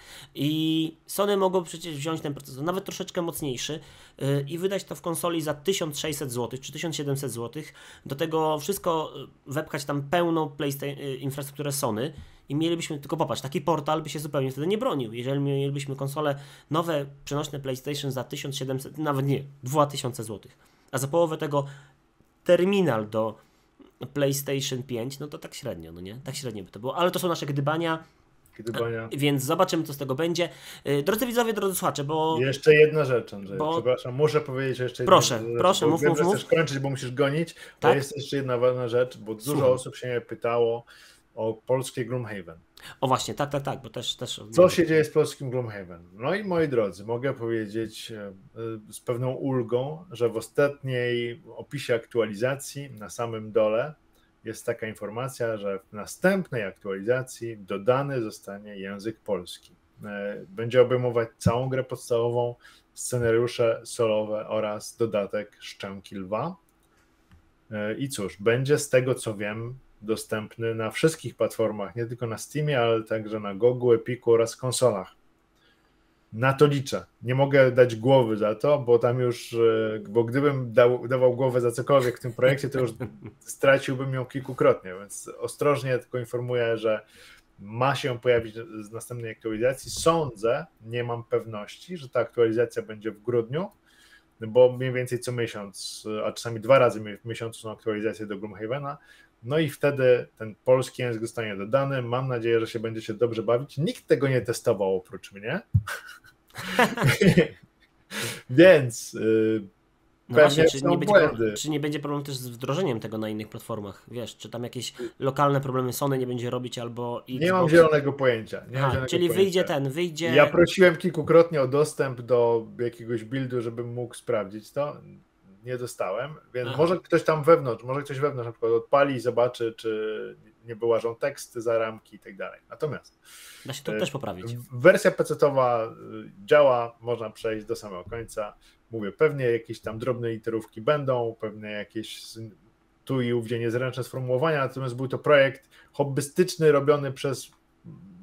I Sony mogło przecież wziąć ten procesor, nawet troszeczkę mocniejszy yy, i wydać to w konsoli za tysiąc sześćset złotych czy tysiąc siedemset złotych. Do tego wszystko wepchać tam pełną PlayStation, yy, infrastrukturę Sony. I mielibyśmy, tylko popatrz, taki portal by się zupełnie wtedy nie bronił. Jeżeli mielibyśmy konsole nowe, przenośne PlayStation za tysiąc siedemset, nawet nie, dwa tysiące złotych, a za połowę tego terminal do PlayStation pięć, no to tak średnio, no nie? Tak średnio by to było, ale to są nasze gdybania, gdybania. Więc zobaczymy, co z tego będzie. Drodzy widzowie, drodzy słuchacze, bo... Jeszcze jedna rzecz, Andrzej, bo... przepraszam, muszę powiedzieć jeszcze proszę, jedną rzecz. Proszę, mów, mów, mów. Chcesz kończyć, bo musisz gonić, tak? To jest jeszcze jedna ważna rzecz, bo dużo Słucham. osób się mnie pytało o polskie Gloomhaven. O właśnie, tak, tak, tak, bo też... też... Co się dzieje z polskim Gloomhaven? No i moi drodzy, mogę powiedzieć z pewną ulgą, że w ostatniej opisie aktualizacji na samym dole jest taka informacja, że w następnej aktualizacji dodany zostanie język polski. Będzie obejmować całą grę podstawową, scenariusze solowe oraz dodatek Szczęki Lwa. I cóż, będzie z tego co wiem dostępny na wszystkich platformach, nie tylko na Steamie, ale także na Gogu, Epiku oraz konsolach. Na to liczę. Nie mogę dać głowy za to, bo tam już, bo gdybym dał, dawał głowę za cokolwiek w tym projekcie, to już straciłbym ją kilkukrotnie, więc ostrożnie tylko informuję, że ma się pojawić z następnej aktualizacji. Sądzę, nie mam pewności, że ta aktualizacja będzie w grudniu, bo mniej więcej co miesiąc, a czasami dwa razy w miesiącu są aktualizacje do Gloomhavena. No i wtedy ten polski język zostanie dodany. Mam nadzieję, że się będziecie dobrze bawić. Nikt tego nie testował oprócz mnie. Więc yy, no właśnie, czy nie, będzie problem, czy nie będzie problem też z wdrożeniem tego na innych platformach? Wiesz, czy tam jakieś lokalne problemy Sony nie będzie robić albo Xbox? Nie mam zielonego pojęcia. Nie A, mam zielonego czyli pojęcia. wyjdzie ten, wyjdzie... Ja prosiłem kilkukrotnie o dostęp do jakiegoś buildu, żebym mógł sprawdzić to. Nie dostałem, więc Aha. może ktoś tam wewnątrz, może ktoś wewnątrz na przykład odpali i zobaczy, czy nie wyłażą teksty za ramki i tak dalej. Natomiast da się to też poprawić. Wersja pecetowa działa, można przejść do samego końca. Mówię, pewnie jakieś tam drobne literówki będą, pewnie jakieś tu i ówdzie niezręczne sformułowania, natomiast był to projekt hobbystyczny, robiony przez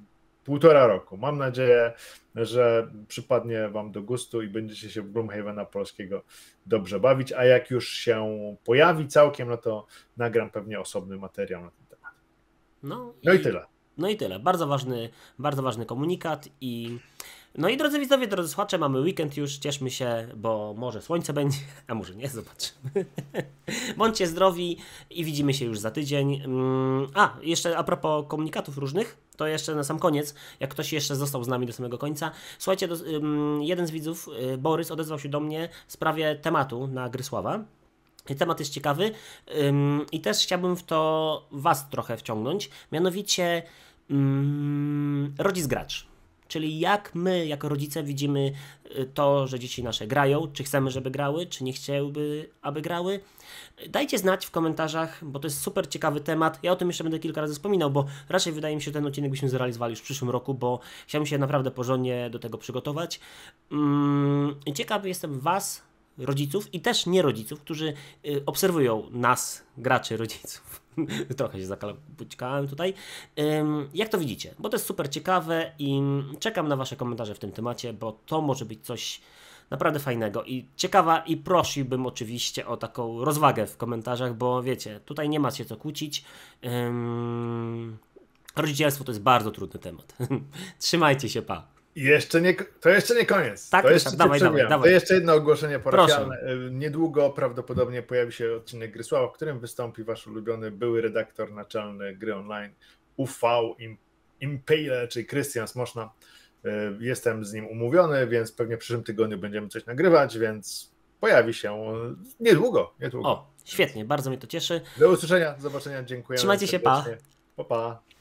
półtora roku. Mam nadzieję, że przypadnie wam do gustu i będziecie się w Gloomhavena polskiego dobrze bawić, a jak już się pojawi całkiem, no to nagram pewnie osobny materiał na ten temat. No i, no i tyle. No i tyle. Bardzo ważny, bardzo ważny komunikat i no i drodzy widzowie, drodzy słuchacze, mamy weekend już, cieszmy się, bo może słońce będzie, a może nie, zobaczymy. Bądźcie zdrowi i widzimy się już za tydzień. A, jeszcze a propos komunikatów różnych, to jeszcze na sam koniec, jak ktoś jeszcze został z nami do samego końca. Słuchajcie, do, jeden z widzów, Borys, odezwał się do mnie w sprawie tematu na Grysława. Temat jest ciekawy ym, i też chciałbym w to was trochę wciągnąć, mianowicie ym, rodzic gracz. Czyli jak my, jako rodzice, widzimy to, że dzieci nasze grają, czy chcemy, żeby grały, czy nie chcieliby, aby grały. Dajcie znać w komentarzach, bo to jest super ciekawy temat. Ja o tym jeszcze będę kilka razy wspominał, bo raczej wydaje mi się, że ten odcinek byśmy zrealizowali już w przyszłym roku, bo chciałbym się naprawdę porządnie do tego przygotować. Ym, ciekawy jestem was, rodziców i też nie rodziców, którzy y, obserwują nas, graczy, rodziców. Trochę się zakalpućkałem tutaj. Ym, jak to widzicie? Bo to jest super ciekawe i czekam na wasze komentarze w tym temacie, bo to może być coś naprawdę fajnego i ciekawa i prosiłbym oczywiście o taką rozwagę w komentarzach, bo wiecie, tutaj nie ma się co kłócić. Ym, rodzicielstwo to jest bardzo trudny temat. Trzymajcie się, pa! Jeszcze nie, to jeszcze nie koniec. Tak, to, jeszcze tak, dawaj, dawaj, dawaj. to jeszcze jedno ogłoszenie parafialne. Niedługo prawdopodobnie pojawi się odcinek Grysława, w którym wystąpi wasz ulubiony były redaktor naczelny gry online U V Impale, czyli Krystian Smoszna. Jestem z nim umówiony, więc pewnie w przyszłym tygodniu będziemy coś nagrywać, więc pojawi się niedługo. niedługo. O, świetnie, bardzo mnie to cieszy. Do usłyszenia, do zobaczenia, dziękuję. Trzymajcie się, pa. Pa, pa.